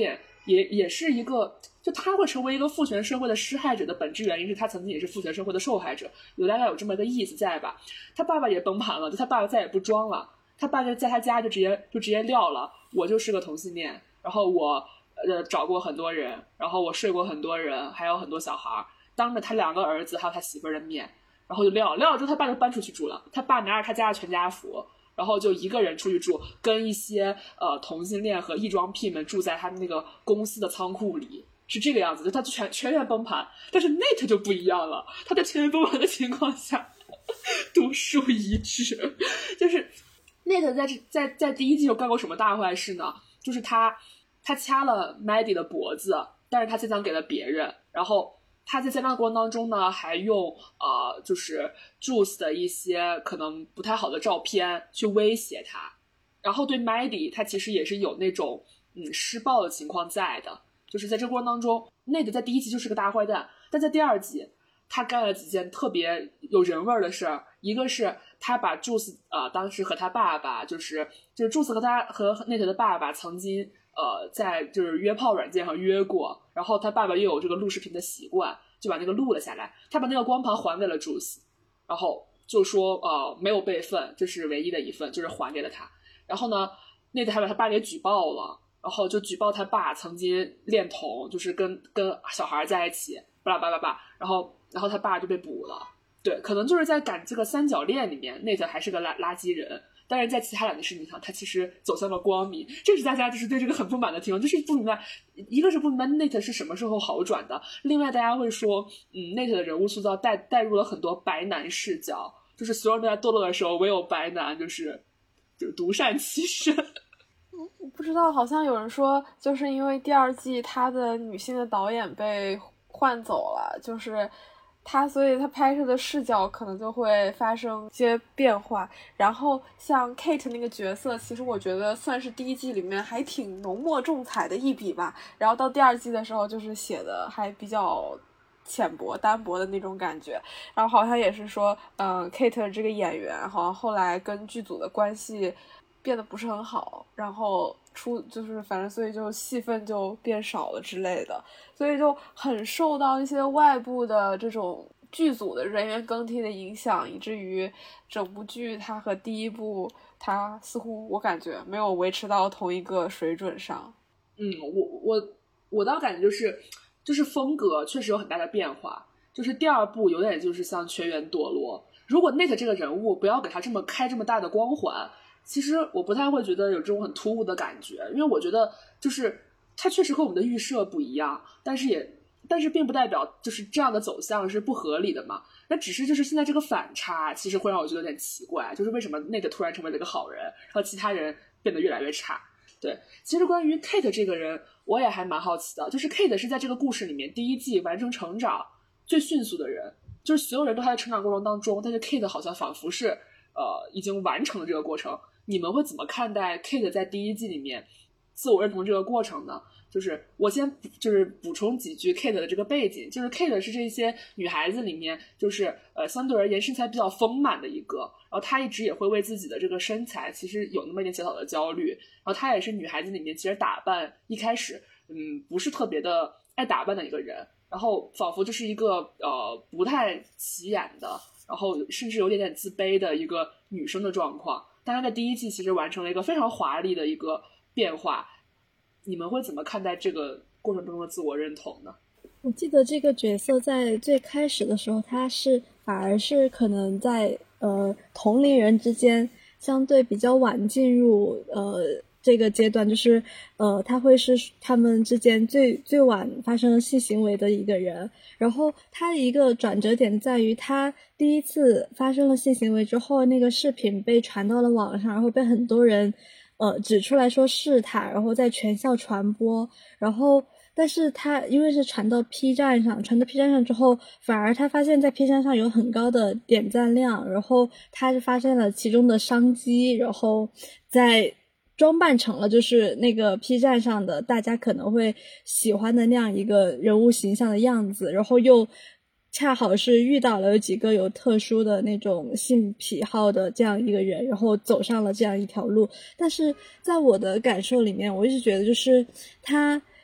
也是一个，就他会成为一个父权社会的施害者的本质原因是他曾经也是父权社会的受害者，大概有这么个意思在吧。他爸爸也崩盘了，就他爸爸再也不装了，他爸在他家就直接撂了，我就是个同性恋，然后我找过很多人，然后我睡过很多人，还有很多小孩，当着他2个儿子还有他媳妇儿的面，然后就撂了之后他爸就搬出去住了，他爸拿着他家的全家福，然后就一个人出去住，跟一些同性恋和异装癖们住在他们那个公司的仓库里，是这个样子，就他全员崩盘。但是 Nate 就不一样了，他在全员崩盘的情况下独树一帜。就是 Nate 在第一季又干过什么大坏事呢？就是他掐了 Maddie 的脖子，但是他现场给了别人，然后他在那过程当中呢，还用就是 Juice 的一些可能不太好的照片去威胁他，然后对 Maddie 他其实也是有那种施暴的情况在的，就是在这过程当中 Nate 在第一集就是个大坏蛋，但在第2集他干了几件特别有人味的事儿。一个是他把 Juice 当时和他爸爸就是 Juice 和 Nate 的爸爸曾经在就是约炮软件上约过，然后他爸爸又有这个录视频的习惯，就把那个录了下来，他把那个光盘还给了 Juice， 然后就说没有备份，这是唯一的一份，就是还给了他。然后呢 Nate 还把他爸给举报了，然后就举报他爸曾经恋童，就是跟小孩在一起巴拉巴拉巴拉，然后他爸就被捕了。对，可能就是在赶这个三角恋里面 Nate 还是个垃圾人，但是在其他2件事情上他其实走向了光明，这是大家就是对这个很不满的地方，就是不明白，一个是不明白 Nate 是什么时候好转的，另外大家会说Nate 的人物塑造带入了很多白男视角，就是所有人都在堕落的时候唯有白男就是独善其身。 不知道，好像有人说就是因为第2季他的女性的导演被换走了，就是所以他拍摄的视角可能就会发生一些变化。然后像 Kate 那个角色，其实我觉得算是第1季里面还挺浓墨重彩的一笔吧，然后到第2季的时候就是写的还比较浅薄单薄的那种感觉。然后好像也是说Kate 这个演员好像后来跟剧组的关系变得不是很好，然后就是反正所以就戏份就变少了之类的，所以就很受到一些外部的这种剧组的人员更替的影响，以至于整部剧它和第1部它似乎我感觉没有维持到同一个水准上。 我倒感觉就是风格确实有很大的变化，就是第2部有点就是像全员堕落，如果 Nate 这个人物不要给他开这么大的光环，其实我不太会觉得有这种很突兀的感觉，因为我觉得就是它确实和我们的预设不一样，但是并不代表就是这样的走向是不合理的嘛。那只是就是现在这个反差其实会让我觉得有点奇怪，就是为什么那个突然成为了一个好人，然后其他人变得越来越差。对，其实关于 Kate 这个人我也还蛮好奇的，就是 Kate 是在这个故事里面第1季完成成长最迅速的人，就是所有人都还在成长过程当中，但是 Kate 好像仿佛是已经完成了这个过程。你们会怎么看待 Kate 在第1季里面自我认同这个过程呢？就是我先就是补充几句 Kate 的这个背景，就是 Kate 是这些女孩子里面就是相对而言身材比较丰满的一个，然后她一直也会为自己的这个身材其实有那么一点小小的焦虑，然后她也是女孩子里面其实打扮一开始不是特别的爱打扮的一个人，然后仿佛就是一个不太起眼的，然后甚至有点自卑的一个女生的状况，但她在第1季其实完成了一个非常华丽的一个变化。你们会怎么看待这个过程中的自我认同呢？ 我记得这个角色在最开始的时候，他反而是可能在同龄人之间相对比较晚进入这个阶段，就是他会是他们之间最晚发生性行为的一个人。然后他一个转折点在于，他第1次发生了性行为之后，那个视频被传到了网上，然后被很多人指出来说是他，然后在全校传播，然后但是他因为是传到 P 站上之后，反而他发现在 P 站上有很高的点赞量，然后他就发现了其中的商机，然后在装扮成了就是那个 P 站上的大家可能会喜欢的那样一个人物形象的样子，然后又恰好是遇到了有几个有特殊的那种性癖好的这样一个人，然后走上了这样一条路。但是在我的感受里面，我一直觉得就是他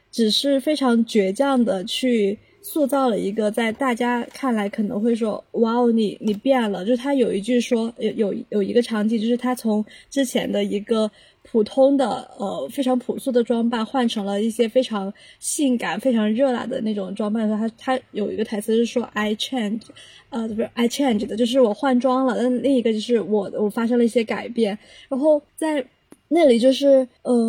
只是非常倔强的去塑造了一个在大家看来可能会说哇哦你变了，就是他有一句说有一个场景，就是他从之前的一个普通的非常朴素的装扮换成了一些非常性感非常热辣的那种装扮的时候，他有一个台词是说 I changed 不是 I changed 的，就是我换装了，但另一个就是我发生了一些改变。然后在那里就是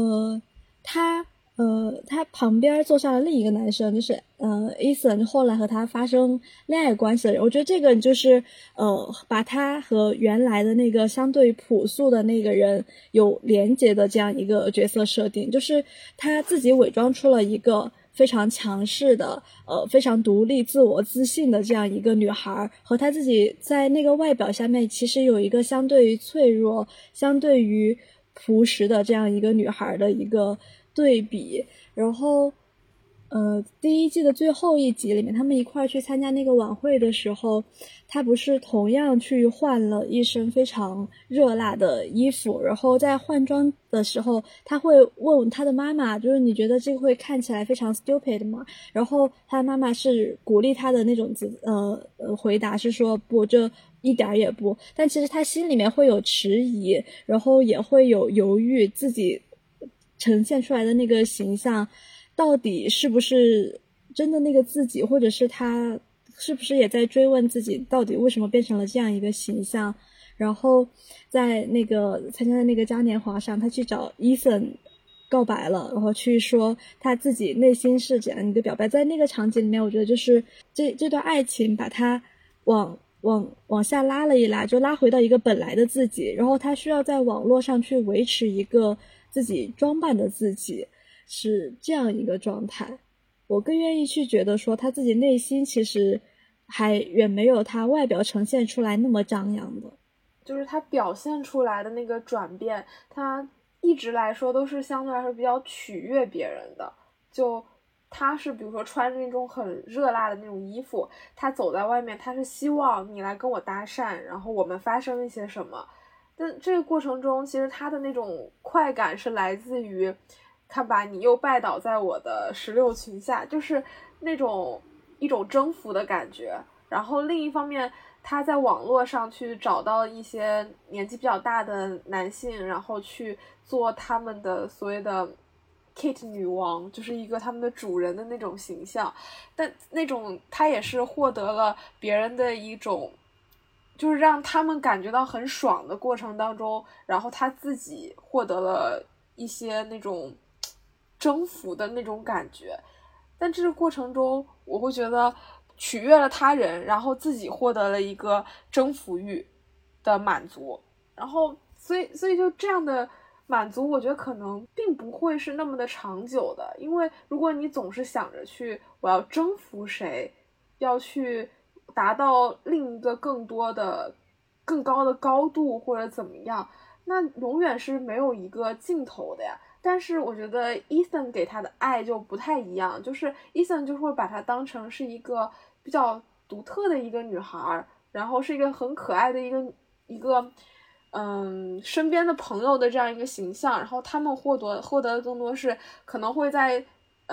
他旁边坐下了另一个男生，就是Ethan 后来和他发生恋爱关系的人。我觉得这个就是把他和原来的那个相对朴素的那个人有连结的这样一个角色设定，就是他自己伪装出了一个非常强势的非常独立自我自信的这样一个女孩，和她自己在那个外表下面其实有一个相对于脆弱相对于朴实的这样一个女孩的一个对比。然后第一季的最后一集里面，他们一块去参加那个晚会的时候，他不是同样去换了一身非常热辣的衣服，然后在换装的时候他会问他的妈妈，就是你觉得这个会看起来非常 stupid 吗？然后他的妈妈是鼓励他的那种回答是说不，这一点也不。但其实他心里面会有迟疑，然后也会有犹豫，自己呈现出来的那个形象到底是不是真的那个自己，或者是他是不是也在追问自己到底为什么变成了这样一个形象。然后在那个参加的那个嘉年华上，他去找 Ethan 告白了，然后去说他自己内心是怎样一个表白。在那个场景里面，我觉得就是这段爱情把他往下拉了一拉，就拉回到一个本来的自己，然后他需要在网络上去维持一个自己装扮的自己，是这样一个状态。我更愿意去觉得说他自己内心其实还远没有他外表呈现出来那么张扬的， 就是他表现出来的那个转变，他一直来说都是相对来说比较取悦别人的。就他是比如说穿着那种很热辣的那种衣服，他走在外面，他是希望你来跟我搭讪，然后我们发生一些什么。但这个过程中其实他的那种快感是来自于看吧，你又拜倒在我的16裙下，就是那种一种征服的感觉。然后另一方面，他在网络上去找到一些年纪比较大的男性，然后去做他们的所谓的 Kate 女王，就是一个他们的主人的那种形象。但那种他也是获得了别人的一种就是让他们感觉到很爽的过程当中，然后他自己获得了一些那种征服的那种感觉。但这个过程中我会觉得取悦了他人，然后自己获得了一个征服欲的满足，然后所以就这样的满足我觉得可能并不会是那么的长久的。因为如果你总是想着去我要征服谁，要去达到另一个更高的高度或者怎么样，那永远是没有一个尽头的呀。但是我觉得 Ethan 给他的爱就不太一样，就是 Ethan 就会把他当成是一个比较独特的一个女孩，然后是一个很可爱的一个身边的朋友的这样一个形象。然后他们获得的更多是可能会在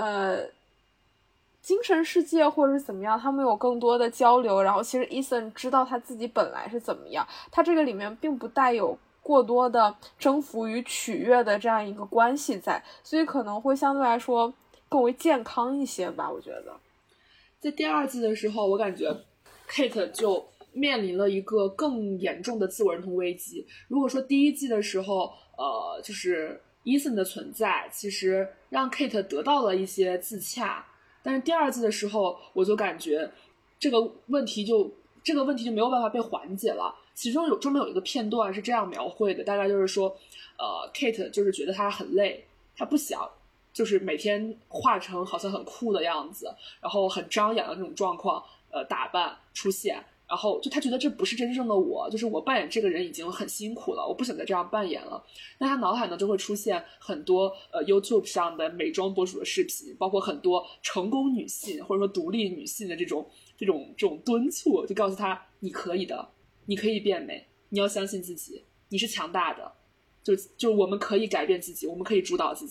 精神世界或者是怎么样，他们有更多的交流。然后其实 Ethan 知道他自己本来是怎么样，他这个里面并不带有过多的征服与取悦的这样一个关系在，所以可能会相对来说更为健康一些吧。我觉得在第二季的时候，我感觉 Kate 就面临了一个更严重的自我认同危机。如果说第一季的时候就是 Ethan 的存在其实让 Kate 得到了一些自洽，但是第二季的时候我就感觉这个问题就没有办法被缓解了。其中专门有一个片段是这样描绘的，大概就是说Kate 就是觉得她很累，她不想就是每天化成好像很酷的样子，然后很张扬的那种状况打扮出现，然后就他觉得这不是真正的我，就是我扮演这个人已经很辛苦了，我不想再这样扮演了。那他脑海呢就会出现很多YouTube 上的美妆博主的视频，包括很多成功女性或者说独立女性的这种敦促，就告诉他你可以的，你可以变美，你要相信自己，你是强大的，就我们可以改变自己，我们可以主导自己。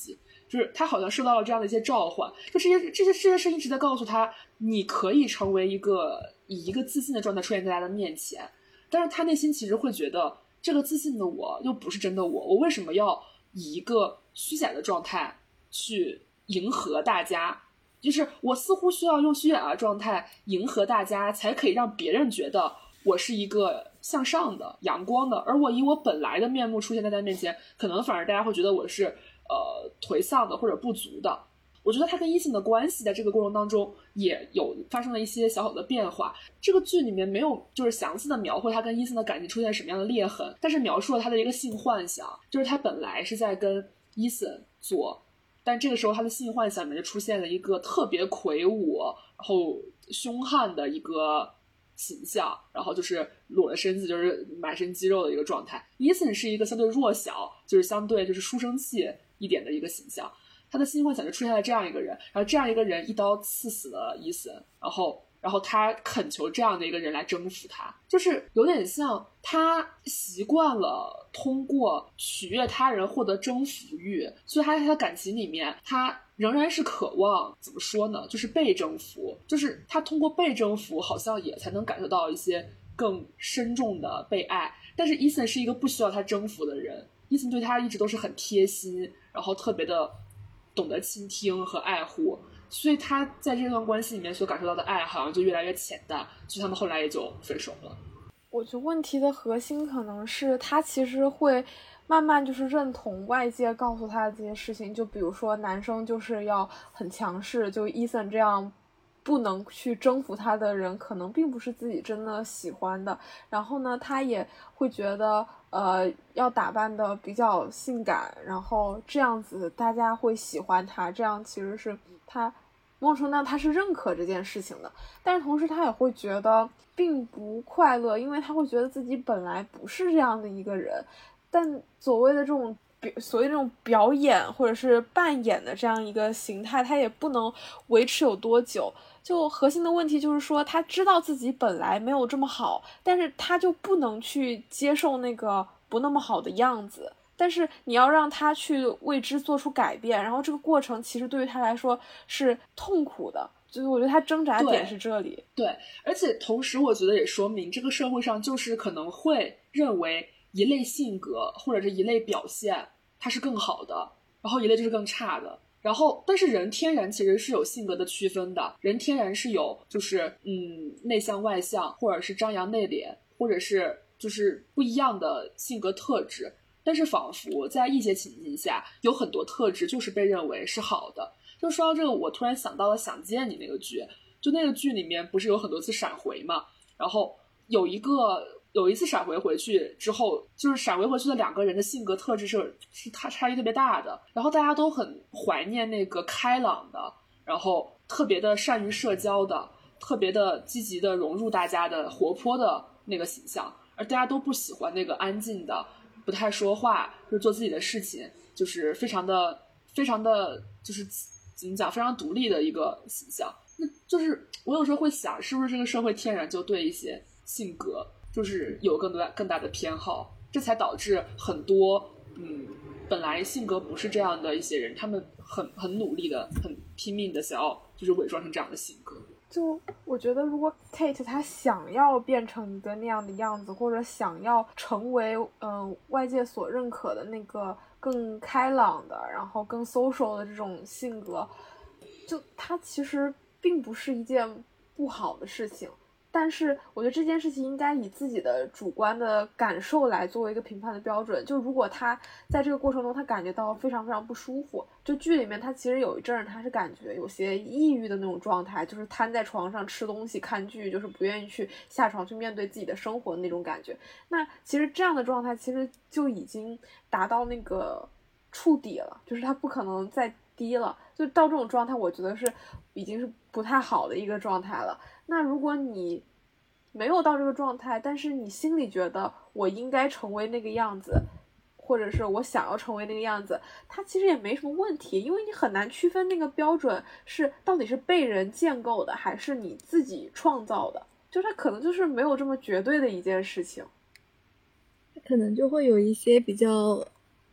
就是他好像受到了这样的一些召唤，就这些事一直在告诉他，你可以成为以一个自信的状态出现在大家的面前，但是他内心其实会觉得，这个自信的我又不是真的我为什么要以一个虚假的状态去迎合大家？就是我似乎需要用虚假的状态迎合大家，才可以让别人觉得我是一个向上的、阳光的，而我以我本来的面目出现在大家面前，可能反而大家会觉得我是颓丧的或者不足的。我觉得他跟伊森的关系在这个过程当中也有发生了一些小小的变化。这个剧里面没有就是详细的描绘他跟伊森的感情出现什么样的裂痕，但是描述了他的一个性幻想，就是他本来是在跟伊森做，但这个时候他的性幻想里面就出现了一个特别魁梧然后凶悍的一个形象，然后就是裸着身子，就是满身肌肉的一个状态。伊森是一个相对弱小，就是相对就是书生气一点的一个形象。他的性幻想就出现了这样一个人，然后这样一个人一刀刺死了伊森，然后他恳求这样的一个人来征服他，就是有点像他习惯了通过取悦他人获得征服欲，所以他在他的感情里面他仍然是渴望，怎么说呢，就是被征服，就是他通过被征服好像也才能感受到一些更深重的被爱。但是伊森是一个不需要他征服的人，伊森对他一直都是很贴心，然后特别的懂得倾听和爱护，所以他在这段关系里面所感受到的爱好像就越来越浅淡，所以他们后来也就分手了。 我觉得问题的核心可能是他其实会慢慢就是认同外界告诉他的这些事情，就比如说男生就是要很强势，就伊森这样不能去征服他的人可能并不是自己真的喜欢的，然后呢他也会觉得要打扮的比较性感，然后这样子大家会喜欢他，这样其实是他某种程度上他是认可这件事情的，但是同时他也会觉得并不快乐，因为他会觉得自己本来不是这样的一个人，但所谓的这种表演或者是扮演的这样一个形态，他也不能维持有多久。就核心的问题就是说，他知道自己本来没有这么好，但是他就不能去接受那个不那么好的样子，但是你要让他去为之做出改变，然后这个过程其实对于他来说是痛苦的，就是我觉得他挣扎点是这里。 对，而且同时我觉得也说明这个社会上就是可能会认为一类性格或者是一类表现它是更好的，然后一类就是更差的，然后但是人天然其实是有性格的区分的，人天然是有就是内向外向，或者是张扬内敛，或者是就是不一样的性格特质，但是仿佛在一些情境下有很多特质就是被认为是好的。就说到这个，我突然想到了《想见你》那个剧，就那个剧里面不是有很多次闪回嘛，然后有一次闪回回去之后，就是闪回回去的两个人的性格特质是差异特别大的，然后大家都很怀念那个开朗的，然后特别的善于社交的，特别的积极的融入大家的活泼的那个形象，而大家都不喜欢那个安静的不太说话，就是做自己的事情，就是非常的就是怎么讲，非常独立的一个形象。那就是我有时候会想，是不是这个社会天然就对一些性格就是有更大的偏好，这才导致很多本来性格不是这样的一些人，他们很努力的很拼命的想要就是伪装成这样的性格。 就我觉得如果 Kate 她想要变成一个那样的样子，或者想要成为外界所认可的那个更开朗的然后更 social 的这种性格，就它其实并不是一件不好的事情，但是我觉得这件事情应该以自己的主观的感受来作为一个评判的标准。就如果他在这个过程中他感觉到非常非常不舒服，就剧里面他其实有一阵他是感觉有些抑郁的那种状态，就是瘫在床上吃东西看剧，就是不愿意去下床去面对自己的生活的那种感觉。那其实这样的状态其实就已经达到那个触底了，就是他不可能再低了，就到这种状态我觉得是已经是不太好的一个状态了。那如果你没有到这个状态，但是你心里觉得我应该成为那个样子，或者是我想要成为那个样子，它其实也没什么问题，因为你很难区分那个标准是到底是被人建构的还是你自己创造的，就它可能就是没有这么绝对的一件事情。 可能就会有一些比较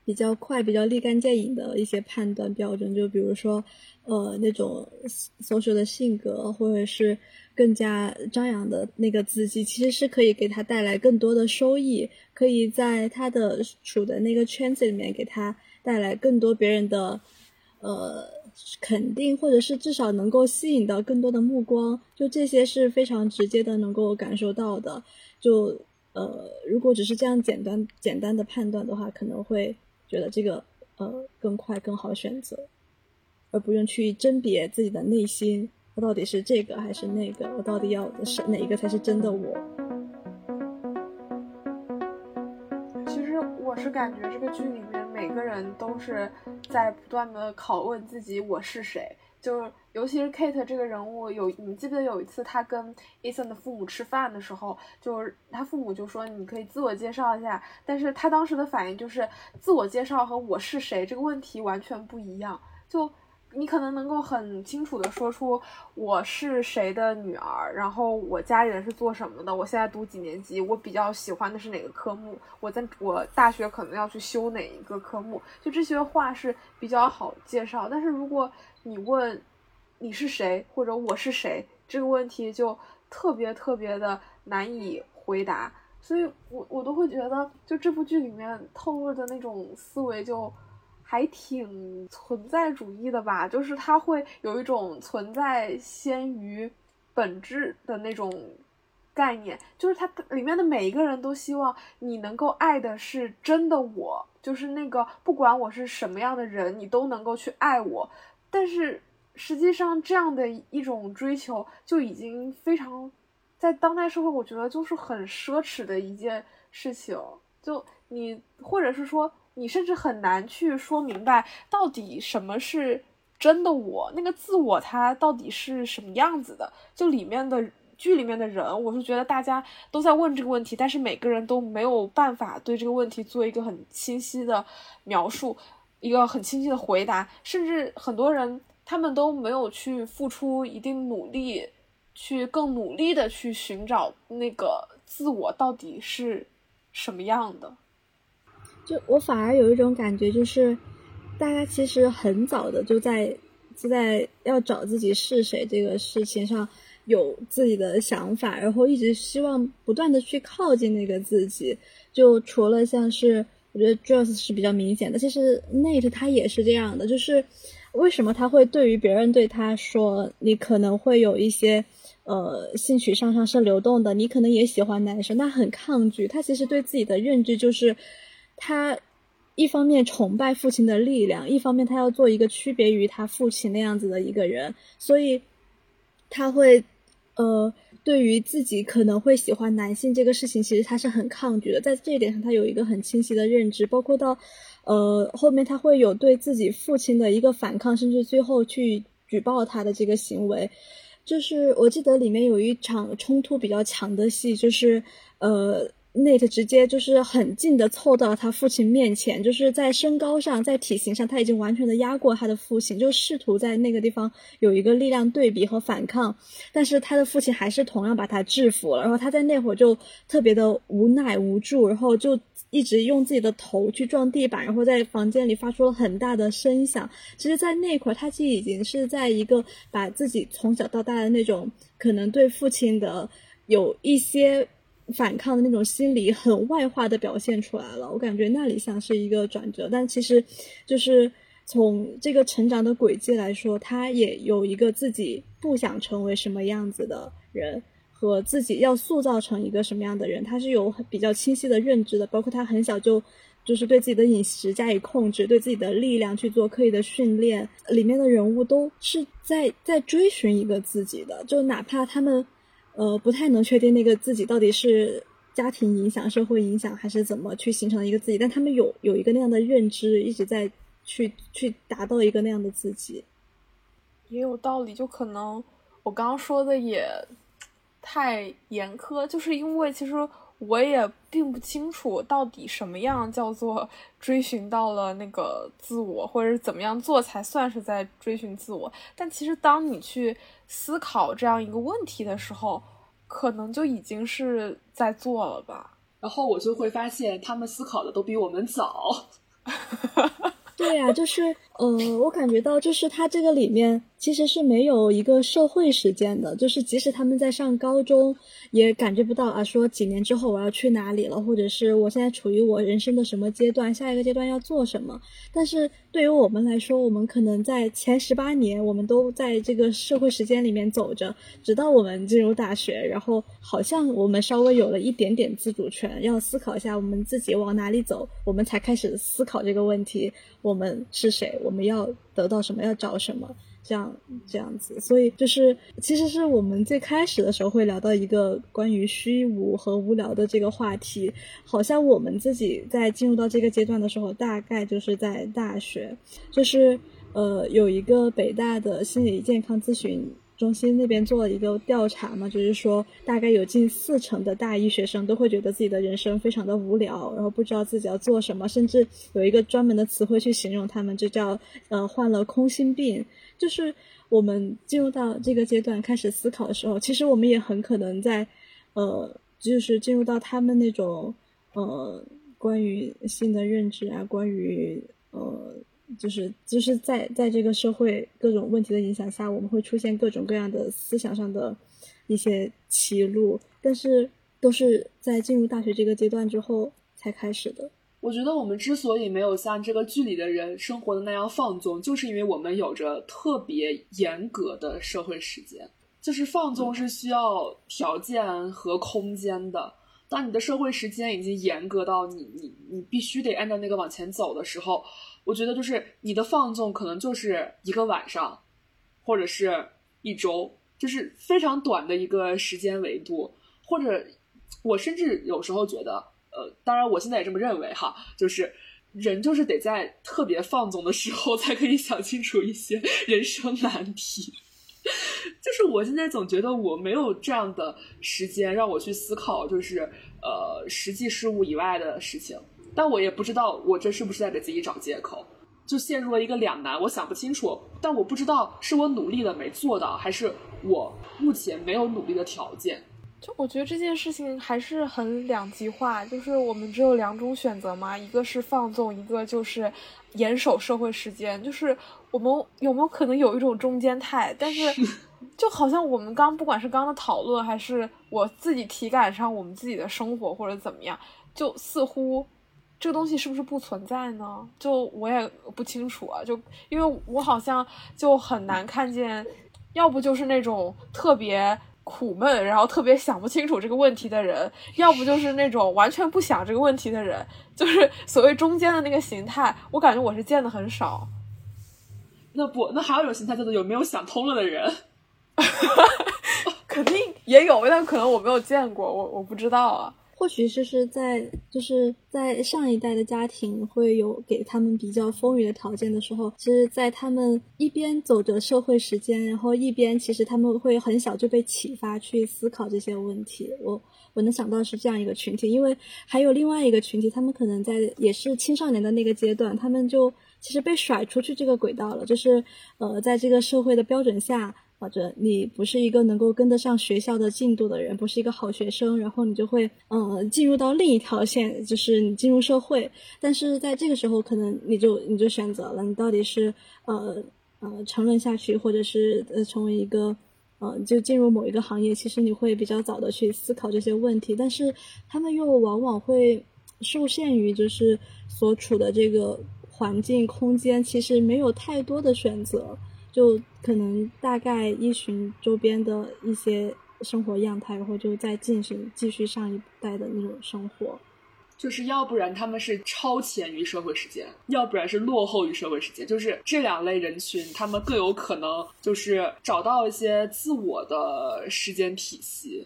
比较快比较立竿见影的一些判断标准，就比如说那种 social 的性格，或者是更加张扬的那个自己，其实是可以给他带来更多的收益，可以在他的处的那个圈子里面给他带来更多别人的肯定，或者是至少能够吸引到更多的目光，就这些是非常直接的能够感受到的。就如果只是这样简单的判断的话，可能会觉得这个更快更好选择，而不用去甄别自己的内心，我到底是这个还是那个，我到底要的是哪一个才是真的我。 其实我是感觉这个剧里面每个人都是在不断的拷问自己我是谁，就是尤其是 Kate 这个人物，你记不记得有一次他跟 Ethan 的父母吃饭的时候，就是他父母就说你可以自我介绍一下，但是他当时的反应就是自我介绍和我是谁这个问题完全不一样，就你可能能够很清楚的说出我是谁的女儿，然后我家里人是做什么的，我现在读几年级，我比较喜欢的是哪个科目，我大学可能要去修哪一个科目，就这些话是比较好介绍。但是如果你问你是谁或者我是谁这个问题，就特别特别的难以回答。所以我都会觉得就这部剧里面透露的那种思维就还挺存在主义的吧，就是它会有一种存在先于本质的那种概念，就是它里面的每一个人都希望你能够爱的是真的我，就是那个不管我是什么样的人你都能够去爱我，但是实际上这样的一种追求就已经非常在当代社会我觉得就是很奢侈的一件事情，就你或者是说你甚至很难去说明白到底什么是真的我，那个自我它到底是什么样子的。就剧里面的人，我是觉得大家都在问这个问题，但是每个人都没有办法对这个问题做一个很清晰的描述，一个很清晰的回答，甚至很多人他们都没有去付出一定努力，去更努力的去寻找那个自我到底是什么样的。 就我反而有一种感觉，就是大家其实很早的就在要找自己是谁这个事情上有自己的想法，然后一直希望不断的去靠近那个自己。就除了像是我觉得 Joss 是比较明显的，其实 Nate 他也是这样的，就是为什么他会对于别人对他说你可能会有一些性取向上是流动的，你可能也喜欢男生，他很抗拒，他其实对自己的认知就是他一方面崇拜父亲的力量，一方面他要做一个区别于他父亲那样子的一个人，所以他会对于自己可能会喜欢男性这个事情其实他是很抗拒的，在这一点上他有一个很清晰的认知，包括到后面他会有对自己父亲的一个反抗，甚至最后去举报他的这个行为。就是我记得里面有一场冲突比较强的戏，就是Nate 直接就是很近的凑到他父亲面前，就是在身高上在体型上他已经完全的压过他的父亲，就试图在那个地方有一个力量对比和反抗，但是他的父亲还是同样把他制服了，然后他在那会儿就特别的无奈无助，然后就一直用自己的头去撞地板，然后在房间里发出了很大的声响。其实在那会儿他其实已经是在一个把自己从小到大的那种可能对父亲的有一些反抗的那种心理很外化的表现出来了，我感觉那里像是一个转折，但其实就是从这个成长的轨迹来说，他也有一个自己不想成为什么样子的人和自己要塑造成一个什么样的人，他是有比较清晰的认知的，包括他很小就是对自己的饮食加以控制，对自己的力量去做刻意的训练，里面的人物都是在追寻一个自己的，就哪怕他们不太能确定那个自己到底是家庭影响、社会影响还是怎么去形成一个自己，但他们有一个那样的认知，一直在去达到一个那样的自己。 也有道理，就可能我刚刚说的也太严苛，就是因为其实我也并不清楚到底什么样叫做追寻到了那个自我，或者是怎么样做才算是在追寻自我，但其实当你去思考这样一个问题的时候，可能就已经是在做了吧。 然后我就会发现他们思考的都比我们早。 对呀，就是我感觉到就是它这个里面其实是没有一个社会时间的，就是即使他们在上高中，也感觉不到啊，说几年之后我要去哪里了，或者是我现在处于我人生的什么阶段，下一个阶段要做什么。但是对于我们来说，我们可能在前18年，我们都在这个社会时间里面走着，直到我们进入大学，然后好像我们稍微有了一点点自主权，要思考一下我们自己往哪里走，我们才开始思考这个问题。我们是谁，我们要得到什么，要找什么，这样子。所以就是其实是我们最开始的时候会聊到一个关于虚无和无聊的这个话题，好像我们自己在进入到这个阶段的时候，大概就是在大学，就是有一个北大的心理健康咨询中心那边做了一个调查嘛，就是说大概有近40%的大一学生都会觉得自己的人生非常的无聊，然后不知道自己要做什么，甚至有一个专门的词汇去形容他们，就叫患了空心病。就是我们进入到这个阶段开始思考的时候，其实我们也很可能在就是进入到他们那种关于性的认知啊，关于就是在这个社会各种问题的影响下，我们会出现各种各样的思想上的一些歧路，但是都是在进入大学这个阶段之后才开始的。 我觉得我们之所以没有像这个剧里的人生活的那样放纵，就是因为我们有着特别严格的社会时间。就是放纵是需要条件和空间的，当你的社会时间已经严格到你必须得按照那个往前走的时候，我觉得就是你的放纵可能就是一个晚上或者是一周，就是非常短的一个时间维度。或者我甚至有时候觉得当然我现在也这么认为哈，就是人就是得在特别放纵的时候才可以想清楚一些人生难题。就是我现在总觉得我没有这样的时间让我去思考就是实际事物以外的事情，但我也不知道我这是不是在给自己找借口，就陷入了一个两难，我想不清楚，但我不知道是我努力了没做到，还是我目前没有努力的条件。 就我觉得这件事情还是很两极化，就是我们只有2种选择嘛，一个是放纵，一个就是严守社会时间。就是我们有没有可能有一种中间态？但是就好像我们不管是刚刚的讨论，还是我自己体感上我们自己的生活或者怎么样，就似乎这个东西是不是不存在呢？就我也不清楚啊，就因为我好像就很难看见，要不就是那种特别苦闷然后特别想不清楚这个问题的人，要不就是那种完全不想这个问题的人，就是所谓中间的那个形态，我感觉我是见的很少。 那还有一种形态叫做有没有想通了的人。 肯定也有，但可能我没有见过，我不知道啊。 或许就是在上一代的家庭会有给他们比较丰裕的条件的时候，其实在他们一边走着社会时间，然后一边其实他们会很小就被启发去思考这些问题。我能想到是这样一个群体，因为还有另外一个群体，他们可能也是青少年的那个阶段，他们就其实被甩出去这个轨道了，就是在这个社会的标准下，或者你不是一个能够跟得上学校的进度的人，不是一个好学生，然后你就会进入到另一条线，就是你进入社会。但是在这个时候可能你就选择了，你到底是沉沦下去，或者是成为一个就进入某一个行业，其实你会比较早的去思考这些问题，但是他们又往往会受限于就是所处的这个环境空间，其实没有太多的选择，就可能大概依循周边的一些生活样态，然后就再继续上一代的那种生活。 就是要不然他们是超前于社会时间，要不然是落后于社会时间，就是这两类人群他们更有可能就是找到一些自我的时间体系。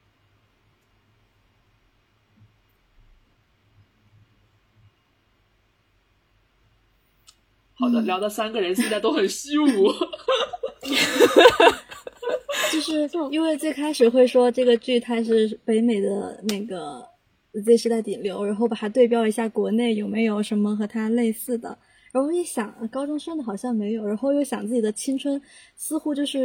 好的，聊的3个人现在都很虚无。 就是因为最开始会说这个剧它是北美的那个 Z 时代顶流，然后把它对标一下国内有没有什么和它类似的，然后一想高中生的好像没有，然后又想自己的青春似乎就是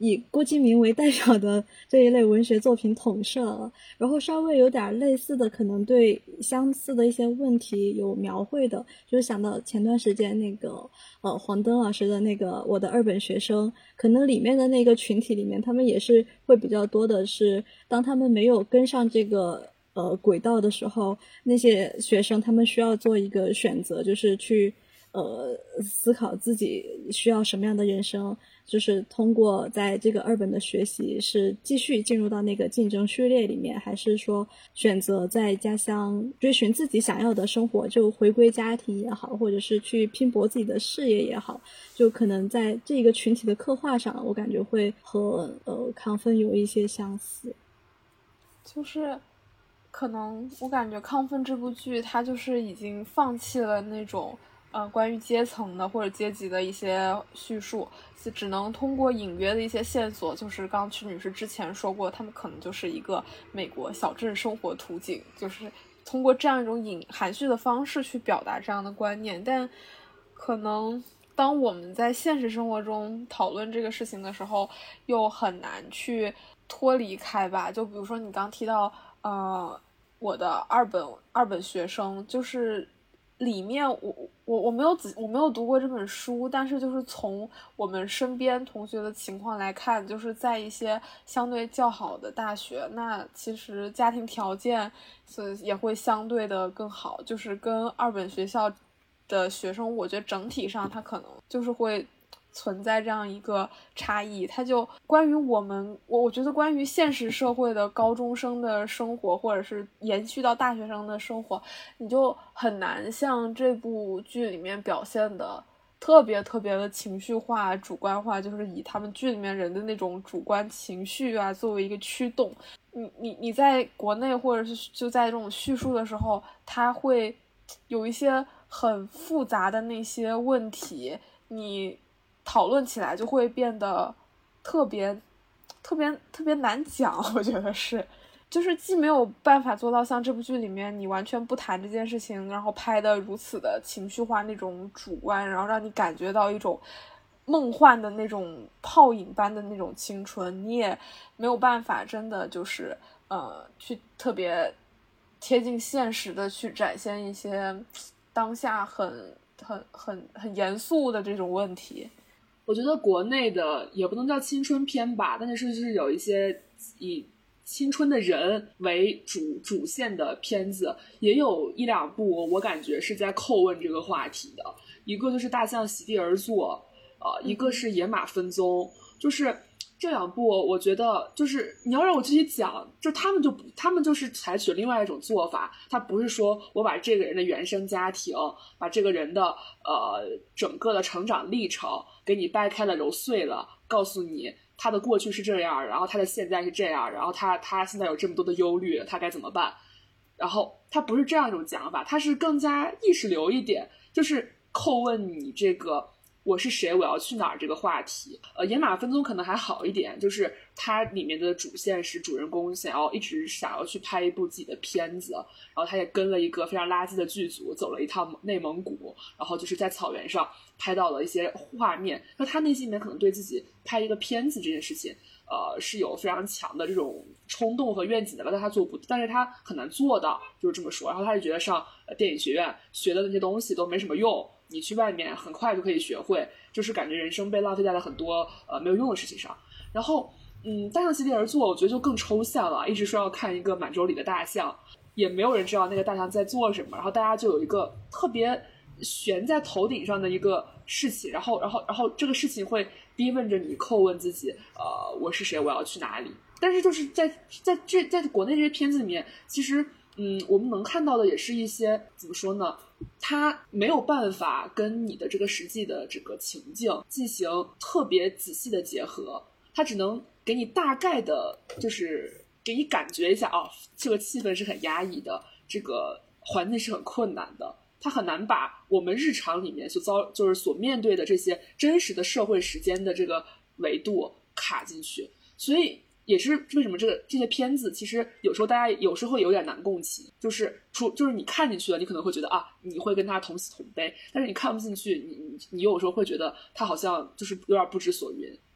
以郭敬明为代表的这一类文学作品统摄了，然后稍微有点类似的，可能对相似的一些问题有描绘的，就是想到前段时间那个黄登老师的那个我的二本学生，可能里面的那个群体里面，他们也是会比较多的是，当他们没有跟上这个轨道的时候，那些学生他们需要做一个选择，就是去思考自己需要什么样的人生，就是通过在这个二本的学习是继续进入到那个竞争序列里面，还是说选择在家乡追寻自己想要的生活，就回归家庭也好，或者是去拼搏自己的事业也好，就可能在这个群体的刻画上，我感觉会和康芬有一些相似。 就是可能我感觉《亢奋》这部剧它就是已经放弃了那种关于阶层的或者阶级的一些叙述，只能通过隐约的一些线索，就是刚曲女士之前说过，他们可能就是一个美国小镇生活图景，就是通过这样一种含蓄的方式去表达这样的观念。但可能当我们在现实生活中讨论这个事情的时候，又很难去脱离开吧。就比如说你刚提到我的二本学生，就是里面我没有读过这本书，但是就是从我们身边同学的情况来看，就是在一些相对较好的大学，那其实家庭条件也会相对的更好，就是跟二本学校的学生，我觉得整体上他可能就是会存在这样一个差异。它就关于我觉得关于现实社会的高中生的生活，或者是延续到大学生的生活，你就很难像这部剧里面表现的特别特别的情绪化主观化，就是以他们剧里面人的那种主观情绪啊作为一个驱动。你在国内或者是就在这种叙述的时候，它会有一些很复杂的那些问题，你讨论起来就会变得特别难讲。我觉得是，就是既没有办法做到像这部剧里面你完全不谈这件事情，然后拍的如此的情绪化那种主观，然后让你感觉到一种梦幻的那种泡影般的那种青春，你也没有办法真的就是去特别贴近现实的去展现一些当下很严肃的这种问题。 我觉得国内的也不能叫青春片吧，但是就是有一些以青春的人为主线的片子，也有一两部我感觉是在叩问这个话题的。一个就是大象席地而坐，一个是野马分鬃，就是这两部我觉得就是你要让我具体讲，就他们就是采取另外一种做法，他不是说我把这个人的原生家庭，把这个人的整个的成长历程给你掰开了揉碎了，告诉你他的过去是这样，然后他的现在是这样，然后他现在有这么多的忧虑，他该怎么办。然后他不是这样一种讲法，他是更加意识流一点，就是叩问你这个我是谁，我要去哪儿这个话题。野马分鬃可能还好一点，就是它里面的主线是主人公一直想要去拍一部自己的片子，然后他也跟了一个非常垃圾的剧组走了一趟内蒙古，然后就是在草原上拍到了一些画面。那他内心里面可能对自己拍一个片子这件事情是有非常强的这种冲动和愿景的，但是他很难做到，就是这么说。然后他就觉得上电影学院学的那些东西都没什么用，你去外面很快就可以学会，就是感觉人生被浪费在了很多没有用的事情上。然后大象席地而坐我觉得就更抽象了，一直说要看一个满洲里的大象，也没有人知道那个大象在做什么，然后大家就有一个特别悬在头顶上的一个事情，然后这个事情会逼问着你叩问自己我是谁，我要去哪里。但是就是在国内这些片子里面，其实我们能看到的也是一些怎么说呢，它没有办法跟你的这个实际的这个情境进行特别仔细的结合，它只能给你大概的就是给你感觉一下这个气氛是很压抑的，这个环境是很困难的，它很难把我们日常里面所面对的这些真实的社会时间的这个维度卡进去。所以也是为什么这些片子其实有时候大家有时候有点难共情，就是你看进去了，你可能会觉得你会跟他同喜同悲，但是你看不进去，你有时候会觉得他好像就是有点不知所云。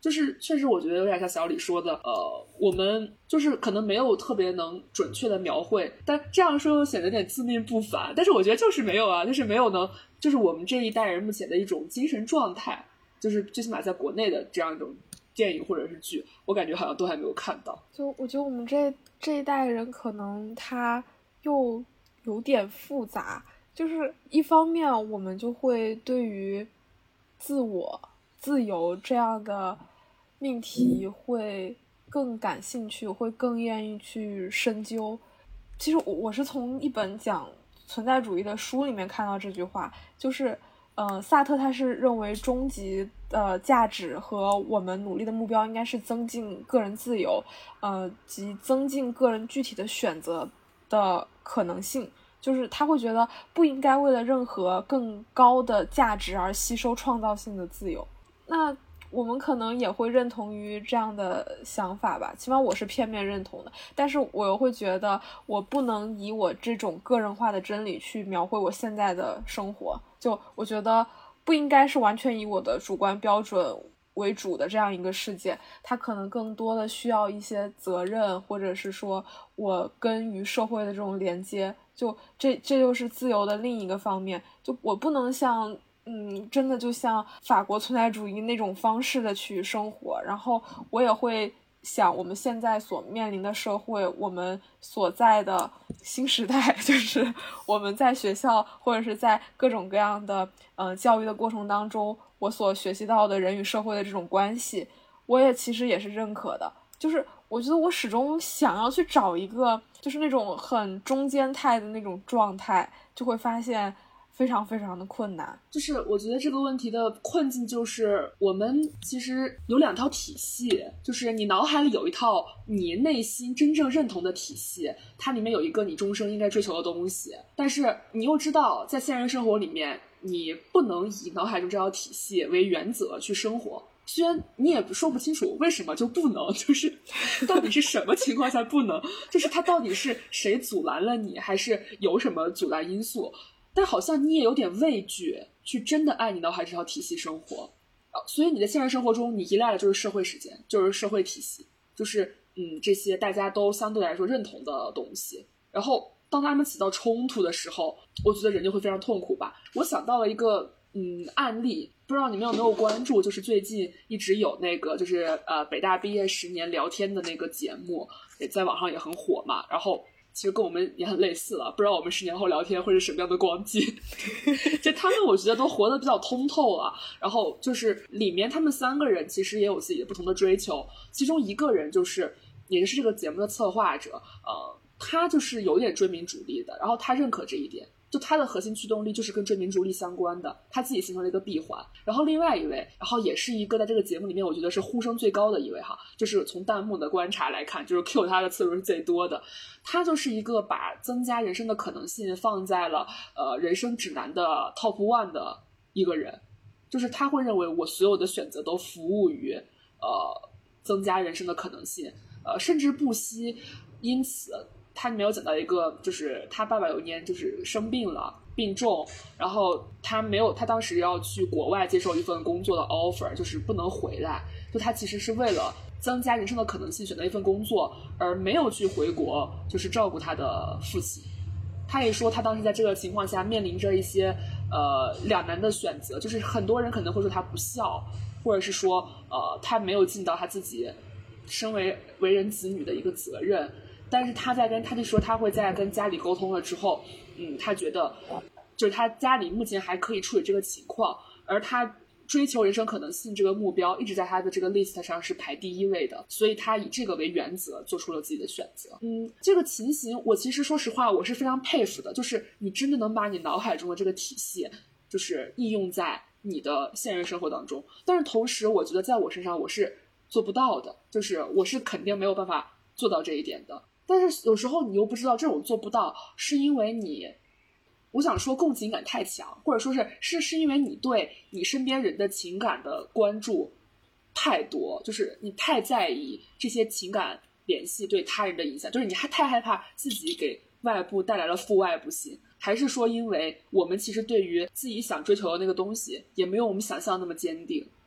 就是确实我觉得有点像小李说的，我们就是可能没有特别能准确的描绘，但这样说又显得有点自命不凡，但是我觉得就是没有啊，就是没有能，就是我们这一代人目前的一种精神状态，就是最起码在国内的这样一种电影或者是剧，我感觉好像都还没有看到。 就我觉得我们这一代人可能他又有点复杂，就是一方面我们就会对于自我自由这样的命题会更感兴趣，会更愿意去深究。其实我是从一本讲存在主义的书里面看到这句话，就是萨特他是认为终极价值和我们努力的目标应该是增进个人自由，及增进个人具体的选择的可能性。就是他会觉得不应该为了任何更高的价值而吸收创造性的自由。那我们可能也会认同于这样的想法吧，起码我是片面认同的，但是我又会觉得我不能以我这种个人化的真理去描绘我现在的生活，就我觉得不应该是完全以我的主观标准为主的这样一个世界，它可能更多的需要一些责任，或者是说我跟于社会的这种连接，就这就是自由的另一个方面。就我不能像真的就像法国存在主义那种方式的去生活，然后我也会想我们现在所面临的社会，我们所在的新时代，就是我们在学校或者是在各种各样的教育的过程当中，我所学习到的人与社会的这种关系，我也其实也是认可的。就是我觉得我始终想要去找一个就是那种很中间态的那种状态，就会发现非常非常的困难。 就是我觉得这个问题的困境就是我们其实有两套体系，就是你脑海里有一套你内心真正认同的体系，它里面有一个你终生应该追求的东西，但是你又知道在现实生活里面你不能以脑海中这套体系为原则去生活，虽然你也说不清楚为什么就不能，就是到底是什么情况下不能，就是它到底是谁阻拦了你，还是有什么阻拦因素，但好像你也有点畏惧去真的按你脑海这套体系生活，所以你在现实生活中你依赖的就是社会时间，就是社会体系，就是这些大家都相对来说认同的东西，然后当他们起到冲突的时候，我觉得人就会非常痛苦吧。我想到了一个案例，不知道你们有没有关注，就是最近一直有那个就是北大毕业10年聊天的那个节目，也在网上也很火嘛，然后其实跟我们也很类似了，不知道我们10年后聊天会是什么样的光景。就他们我觉得都活得比较通透了，然后就是里面他们3个人其实也有自己的不同的追求，其中一个人就是也是这个节目的策划者，他就是有点追名逐利的，然后他认可这一点，就他的核心驱动力就是跟追名逐利相关的，他自己形成了一个闭环。然后另外一位，然后也是一个在这个节目里面我觉得是呼声最高的一位哈，就是从弹幕的观察来看，就是 Q 他的次数是最多的，他就是一个把增加人生的可能性放在了人生指南的 top 1的一个人，就是他会认为我所有的选择都服务于增加人生的可能性，甚至不惜因此他没有讲到一个，就是他爸爸有一年就是生病了，病重，然后他当时要去国外接受一份工作的 offer， 就是不能回来，就他其实是为了增加人生的可能性选择一份工作，而没有去回国，就是照顾他的父亲。他也说他当时在这个情况下面临着一些两难的选择，就是很多人可能会说他不孝，或者是说他没有尽到他自己身为人子女的一个责任，但是他就说他会在跟家里沟通了之后，他觉得就是他家里目前还可以处理这个情况，而他追求人生可能性这个目标一直在他的这个 list 上是排第1位的，所以他以这个为原则做出了自己的选择。这个情形我其实说实话我是非常佩服的，就是你真的能把你脑海中的这个体系就是应用在你的现实生活当中，但是同时我觉得在我身上我是做不到的，就是我是肯定没有办法做到这一点的。但是有时候你又不知道这种做不到是因为我想说共情感太强，或者说是因为你对你身边人的情感的关注太多，就是你太在意这些情感联系对他人的影响，就是你还太害怕自己给外部带来了负外部性，还是说因为我们其实对于自己想追求的那个东西也没有我们想象那么坚定。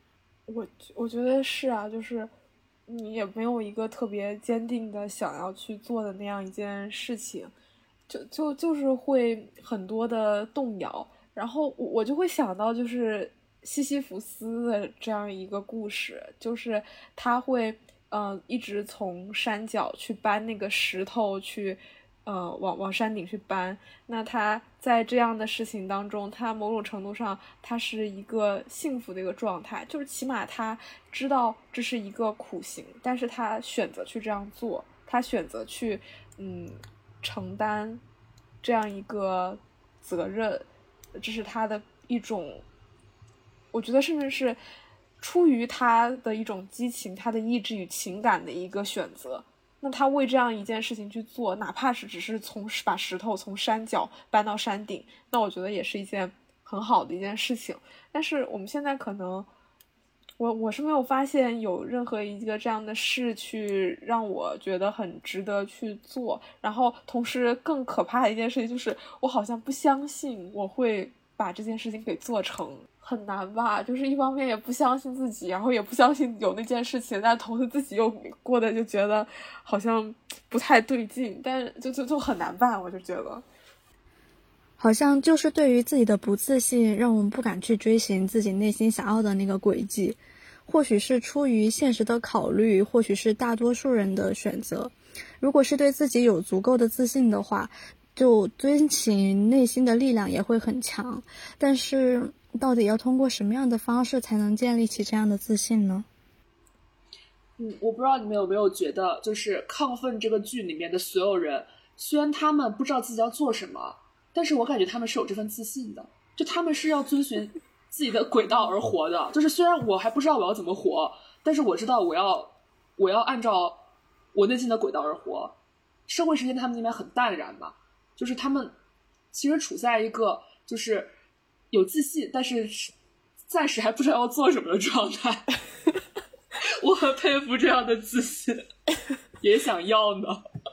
我觉得是啊，就是你也没有一个特别坚定的想要去做的那样一件事情，就是会很多的动摇。然后我就会想到就是西西弗斯的这样一个故事，就是他会一直从山脚去搬那个石头去往山顶去搬。那他在这样的事情当中，他某种程度上他是一个幸福的一个状态，就是起码他知道这是一个苦行，但是他选择去这样做，他选择去承担这样一个责任，这是他的一种，我觉得甚至是出于他的一种激情，他的意志与情感的一个选择。那他为这样一件事情去做，哪怕是只是把石头从山脚搬到山顶，那我觉得也是一件很好的一件事情。但是我们现在可能我是没有发现有任何一个这样的事去让我觉得很值得去做。然后同时更可怕的一件事情就是我好像不相信我会把这件事情给做成，很难吧，就是一方面也不相信自己，然后也不相信有那件事情，但同时自己又过得就觉得好像不太对劲，但就很难办。我就觉得好像就是对于自己的不自信，让我们不敢去追寻自己内心想要的那个轨迹。或许是出于现实的考虑，或许是大多数人的选择。如果是对自己有足够的自信的话，就追寻内心的力量也会很强。但是到底要通过什么样的方式才能建立起这样的自信呢？ 我不知道你们有没有觉得，就是《亢奋》这个剧里面的所有人，虽然他们不知道自己要做什么，但是我感觉他们是有这份自信的，就他们是要遵循自己的轨道而活的。就是虽然我还不知道我要怎么活，但是我知道我要按照我内心的轨道而活。社会时间他们那边很淡然吧，就是他们其实处在一个就是有自信，但是暂时还不知道要做什么的状态。我很佩服这样的自信，也想要呢。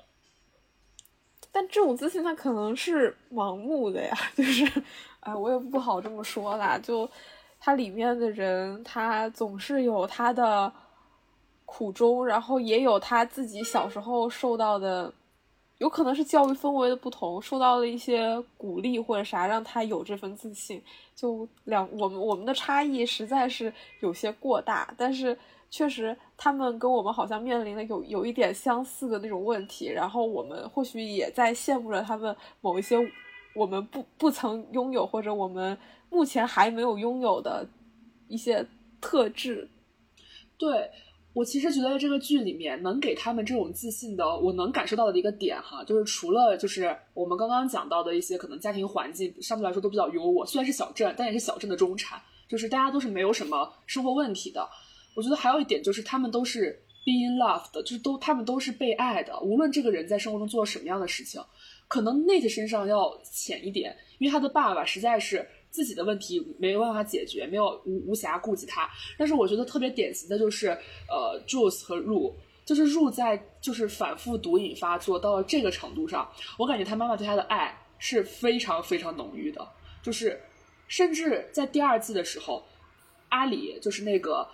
但这种自信它可能是盲目的呀，就是我也不好这么说啦。就它里面的人，他总是有他的苦衷，然后也有他自己小时候受到的，有可能是教育氛围的不同，受到了一些鼓励或者啥，让他有这份自信。就我们的差异实在是有些过大，但是确实他们跟我们好像面临了有一点相似的那种问题，然后我们或许也在羡慕着他们某一些我们不曾拥有或者我们目前还没有拥有的一些特质。 对，我其实觉得这个剧里面能给他们这种自信的，我能感受到的一个点哈，就是除了就是我们刚刚讲到的一些可能家庭环境相对来说都比较优渥，虽然是小镇，但也是小镇的中产，就是大家都是没有什么生活问题的。我觉得还有一点就是他们都是 being loved 的，就是他们都是被爱的，无论这个人在生活中做了什么样的事情，可能 Nate 身上要浅一点，因为他的爸爸实在是自己的问题没有办法解决，没有无暇顾及他。但是我觉得特别典型的就是Jules 和 Rue， 就是 Rue 在就是反复毒瘾发作到了这个程度上，我感觉他妈妈对他的爱是非常非常浓郁的，就是甚至在第2季的时候，阿里就是那个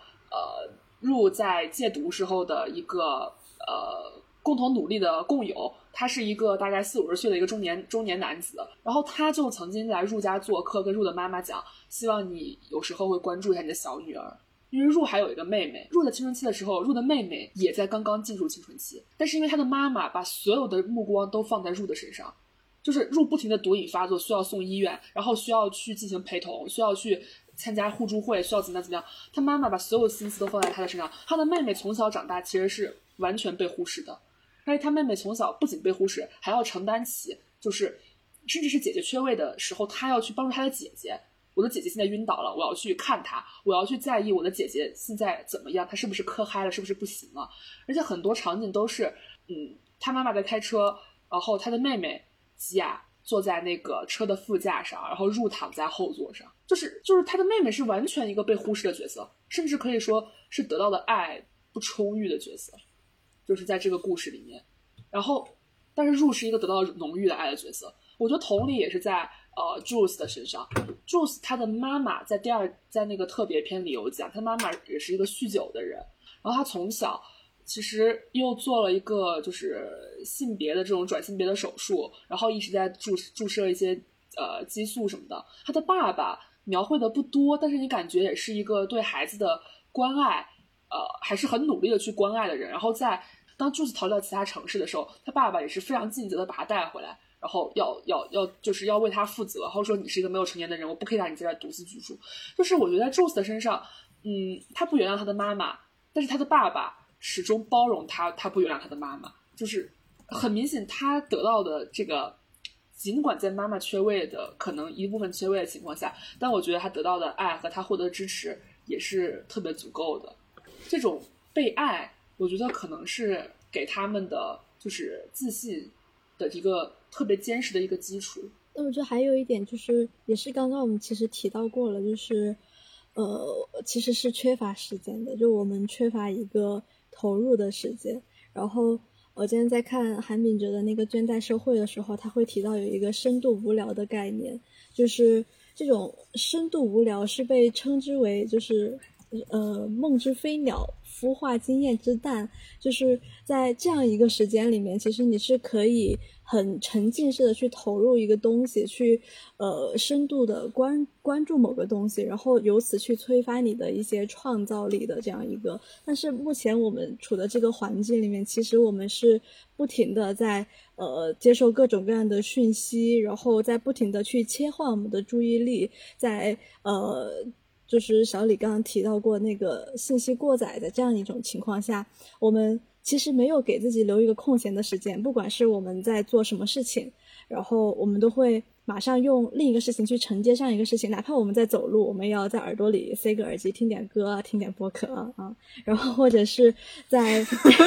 Rue 在戒毒时候的一个共同努力的共友，他是一个大概40-50岁的一个中年男子，然后他就曾经来Rue家做客，跟Rue的妈妈讲，希望你有时候会关注一下你的小女儿，因为Rue还有一个妹妹。Rue的青春期的时候，Rue的妹妹也在刚刚进入青春期，但是因为他的妈妈把所有的目光都放在Rue的身上，就是Rue不停的毒瘾发作，需要送医院，然后需要去进行陪同，需要去参加互助会，需要怎么样，他妈妈把所有心思都放在他的身上。他的妹妹从小长大其实是完全被忽视的，而且他妹妹从小不仅被忽视，还要承担起就是甚至是姐姐缺位的时候，他要去帮助他的姐姐，我的姐姐现在晕倒了，我要去看她，我要去在意我的姐姐现在怎么样，她是不是磕嗨了，是不是不行了。而且很多场景都是他妈妈在开车，然后他的妹妹吉娅坐在那个车的副驾上，然后Rue躺在后座上，就是他的妹妹是完全一个被忽视的角色，甚至可以说是得到的爱不充裕的角色，就是在这个故事里面。然后但是Rue是一个得到浓郁的爱的角色，我觉得同理也是在Jules 的身上， Jules 他的妈妈在那个特别篇里有讲，他妈妈也是一个酗酒的人，然后他从小其实又做了一个就是性别的这种转性别的手术，然后一直在注射一些激素什么的。他的爸爸描绘的不多，但是你感觉也是一个对孩子的关爱，还是很努力的去关爱的人。然后当Jules逃到其他城市的时候，他爸爸也是非常尽责的把他带回来，然后就是要为他负责，然后说你是一个没有成年的人，我不可以让你在这独自居住。就是我觉得在 Jules 的身上，他不原谅他的妈妈，但是他的爸爸始终包容他不原谅他的妈妈。就是很明显他得到的这个，尽管在妈妈缺位的可能一部分缺位的情况下，但我觉得他得到的爱和他获得的支持也是特别足够的。这种被爱我觉得可能是给他们的就是自信的一个特别坚实的一个基础。 那我觉得还有一点就是，也是刚刚我们其实提到过了，就是其实是缺乏时间的，就我们缺乏一个投入的时间。然后我今天在看韩炳哲的那个倦怠社会的时候，他会提到有一个深度无聊的概念，就是这种深度无聊是被称之为就是梦之飞鸟孵化经验之蛋，就是在这样一个时间里面，其实你是可以很沉浸式的去投入一个东西，去深度的关注某个东西，然后由此去催发你的一些创造力的这样一个。但是目前我们处的这个环境里面，其实我们是不停的在接受各种各样的讯息，然后在不停的去切换我们的注意力，在就是小李刚刚提到过那个信息过载的这样一种情况下，我们其实没有给自己留一个空闲的时间，不管是我们在做什么事情，然后我们都会马上用另一个事情去承接上一个事情，哪怕我们在走路，我们也要在耳朵里塞个耳机听点歌，听点播客啊，然后或者是在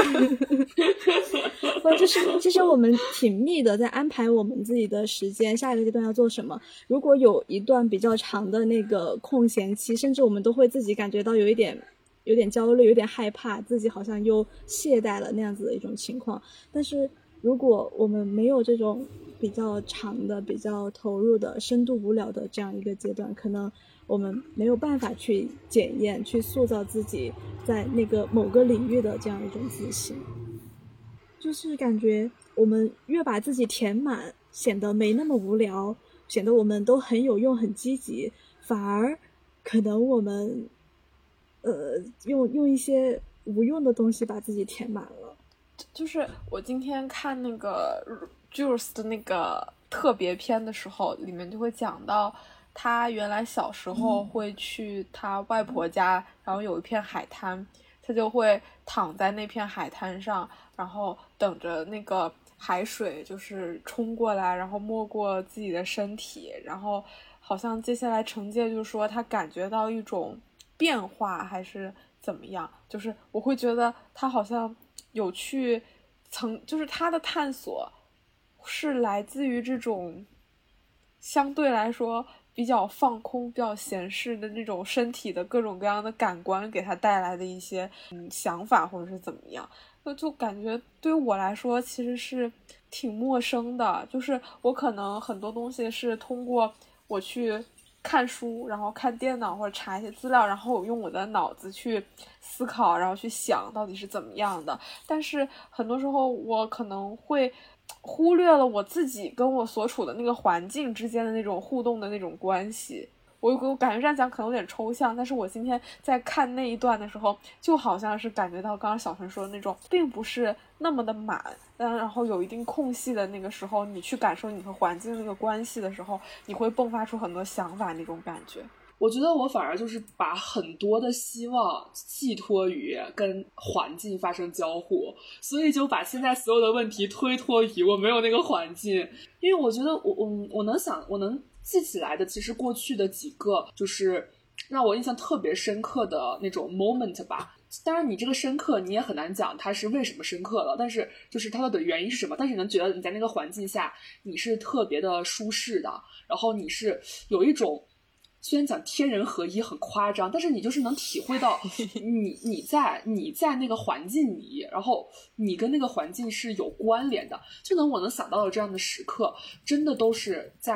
或者是其实我们挺密的在安排我们自己的时间，下一个阶段要做什么。如果有一段比较长的那个空闲期，甚至我们都会自己感觉到有点焦虑，有点害怕，自己好像又懈怠了那样子的一种情况。但是如果我们没有这种比较长的比较投入的深度无聊的这样一个阶段，可能我们没有办法去检验去塑造自己在那个某个领域的这样一种自信。就是感觉我们越把自己填满，显得没那么无聊，显得我们都很有用很积极，反而可能我们用一些无用的东西把自己填满了。 就是我今天看那个 Jules 的那个特别篇的时候，里面就会讲到他原来小时候会去他外婆家，然后有一片海滩，他就会躺在那片海滩上，然后等着那个海水就是冲过来，然后没过自己的身体，然后好像接下来惩戒就是说他感觉到一种变化还是怎么样，就是我会觉得他好像有去就是他的探索是来自于这种相对来说比较放空比较闲适的那种身体的各种各样的感官给他带来的一些想法或者是怎么样，就感觉对于我来说其实是挺陌生的。就是我可能很多东西是通过我去看书，然后看电脑或者查一些资料，然后我用我的脑子去思考，然后去想到底是怎么样的，但是很多时候我可能会忽略了我自己跟我所处的那个环境之间的那种互动的那种关系。我感觉这样讲可能有点抽象，但是我今天在看那一段的时候，就好像是感觉到刚刚小陈说的那种并不是那么的满，然后有一定空隙的那个时候，你去感受你和环境那个关系的时候，你会迸发出很多想法那种感觉。 我觉得我反而就是把很多的希望寄托于跟环境发生交互，所以就把现在所有的问题推脱于我没有那个环境。因为我觉得我能记起来的，其实过去的几个就是让我印象特别深刻的那种 moment 吧。当然你这个深刻你也很难讲它是为什么深刻了，但是就是它的原因是什么，但是你能觉得你在那个环境下你是特别的舒适的，然后你是有一种虽然讲天人合一很夸张，但是你就是能体会到你在那个环境里，然后你跟那个环境是有关联的。我能想到的这样的时刻真的都是在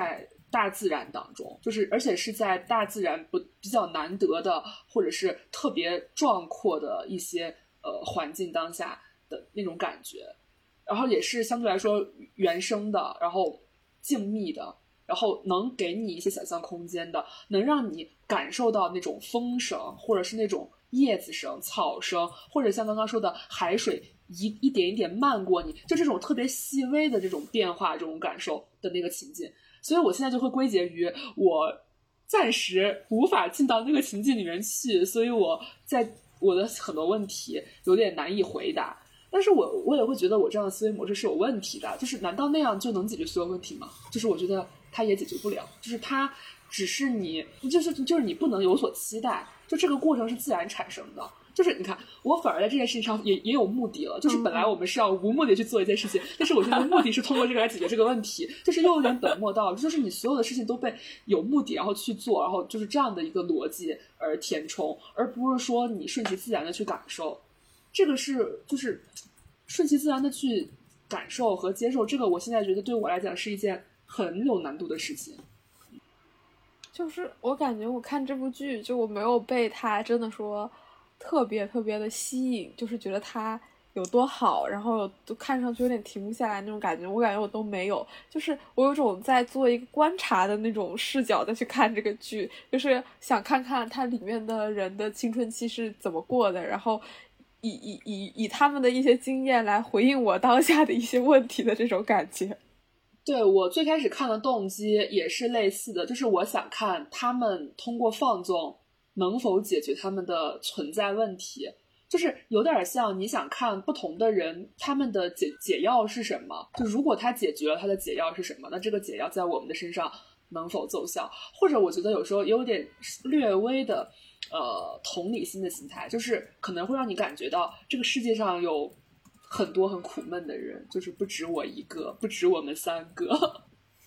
大自然当中，就是而且是在大自然比较难得的或者是特别壮阔的一些环境当下的那种感觉，然后也是相对来说原生的，然后静谧的，然后能给你一些想象空间的，能让你感受到那种风声或者是那种叶子声、草声，或者像刚刚说的海水一点一点漫过你，就这种特别细微的这种变化，这种感受的那个情境。所以我现在就会归结于我暂时无法进到那个情境里面去，所以我在我的很多问题有点难以回答。但是我也会觉得我这样的思维模式是有问题的，就是难道那样就能解决所有问题吗？就是我觉得它也解决不了，就是它只是你就是你不能有所期待，就这个过程是自然产生的。就是你看，我反而在这件事情上也有目的了，就是本来我们是要无目的去做一件事情，但是我觉得目的是通过这个来解决这个问题，就是又有点本末倒置，就是你所有的事情都被有目的然后去做，然后就是这样的一个逻辑而填充，而不是说你顺其自然的去感受。这个是就是顺其自然的去感受和接受，这个我现在觉得对我来讲是一件很有难度的事情。 就是我感觉我看这部剧，就我没有被它真的说特别特别的吸引，就是觉得它有多好，然后都看上去有点停不下来那种感觉，我感觉我都没有。就是我有种在做一个观察的那种视角再去看这个剧，就是想看它里面的人的青春期是怎么过的，然后以他们的一些经验来回应我当下的一些问题的这种感觉。 对，我最开始看的动机也是类似的，就是我想看他们通过放纵能否解决他们的存在问题，就是有点像你想看不同的人他们的解药是什么，就如果他解决了他的解药是什么，那这个解药在我们的身上能否奏效，或者我觉得有时候有点略微的同理心的心态，就是可能会让你感觉到这个世界上有很多很苦闷的人，就是不止我一个，不止我们3个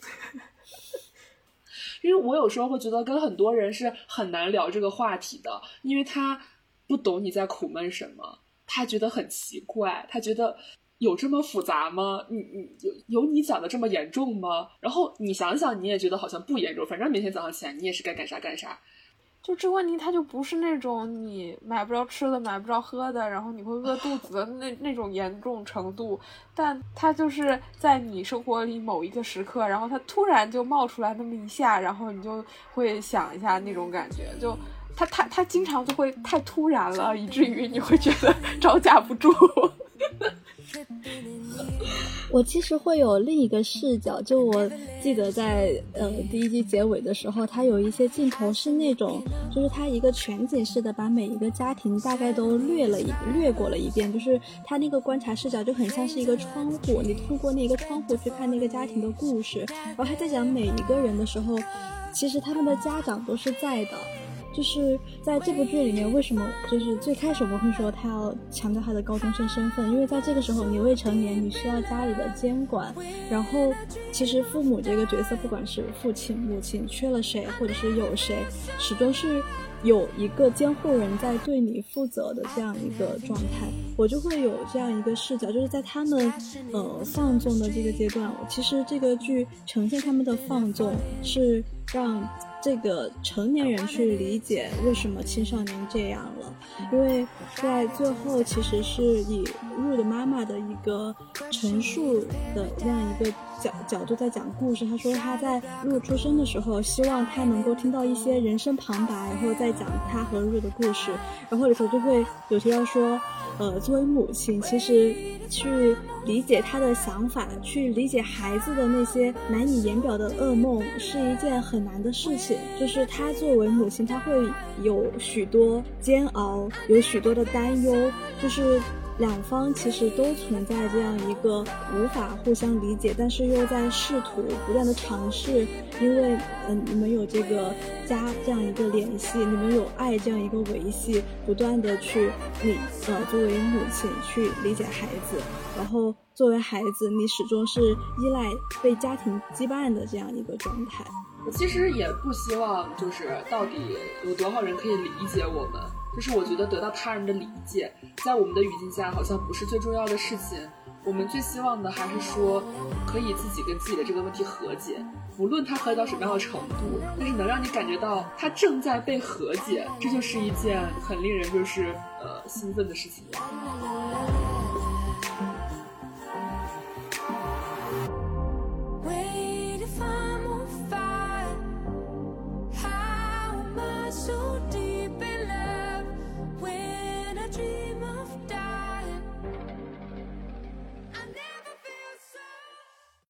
因为我有时候会觉得跟很多人是很难聊这个话题的，因为他不懂你在苦闷什么，他觉得很奇怪，他觉得有这么复杂吗？有你讲的这么严重吗？然后你想想，你也觉得好像不严重，反正每天早上起来你也是该干啥干啥。 就这问题它就不是那种你买不着吃的买不着喝的，然后你会饿肚子的那种严重程度，但它就是在你生活里某一个时刻，然后它突然就冒出来那么一下，然后你就会想一下那种感觉，就它经常就会太突然了，以至于你会觉得招架不住我其实会有另一个视角，就我记得在第一季结尾的时候，它有一些镜头是那种，就是它一个全景式的把每一个家庭大概都略过了一遍，就是它那个观察视角就很像是一个窗户，你通过那个窗户去看那个家庭的故事，然后他在讲每一个人的时候，其实他们的家长都是在的。就是在这部剧里面，为什么就是最开始我们会说他要强调他的高中生身份，因为在这个时候你未成年，你需要家里的监管，然后其实父母这个角色，不管是父亲母亲缺了谁或者是有谁，始终是有一个监护人在对你负责的这样一个状态。我就会有这样一个视角，就是在他们放纵的这个阶段，其实这个剧呈现他们的放纵是让这个成年人去理解为什么青少年这样了，因为在最后其实是以Rue的妈妈的一个陈述的这样一个角度在讲故事。他说他在Rue出生的时候，希望他能够听到一些人生旁白，然后再讲他和Rue的故事，然后里头就会有提到说作为母亲，其实去理解他的想法，去理解孩子的那些难以言表的噩梦是一件很难的事情，就是他作为母亲，他会有许多煎熬，有许多的担忧，就是两方其实都存在这样一个无法互相理解，但是又在试图不断的尝试，因为你们有这个家这样一个联系，你们有爱这样一个维系，不断的去作为母亲去理解孩子，然后作为孩子你始终是依赖被家庭羁绊的这样一个状态。 我其实也不希望就是到底有多少人可以理解我们，就是我觉得得到他人的理解在我们的语境下好像不是最重要的事情， 我们最希望的还是说可以自己跟自己的这个问题和解，无论它和解到什么样的程度，但是能让你感觉到它正在被和解，这就是一件很令人就是兴奋的事情。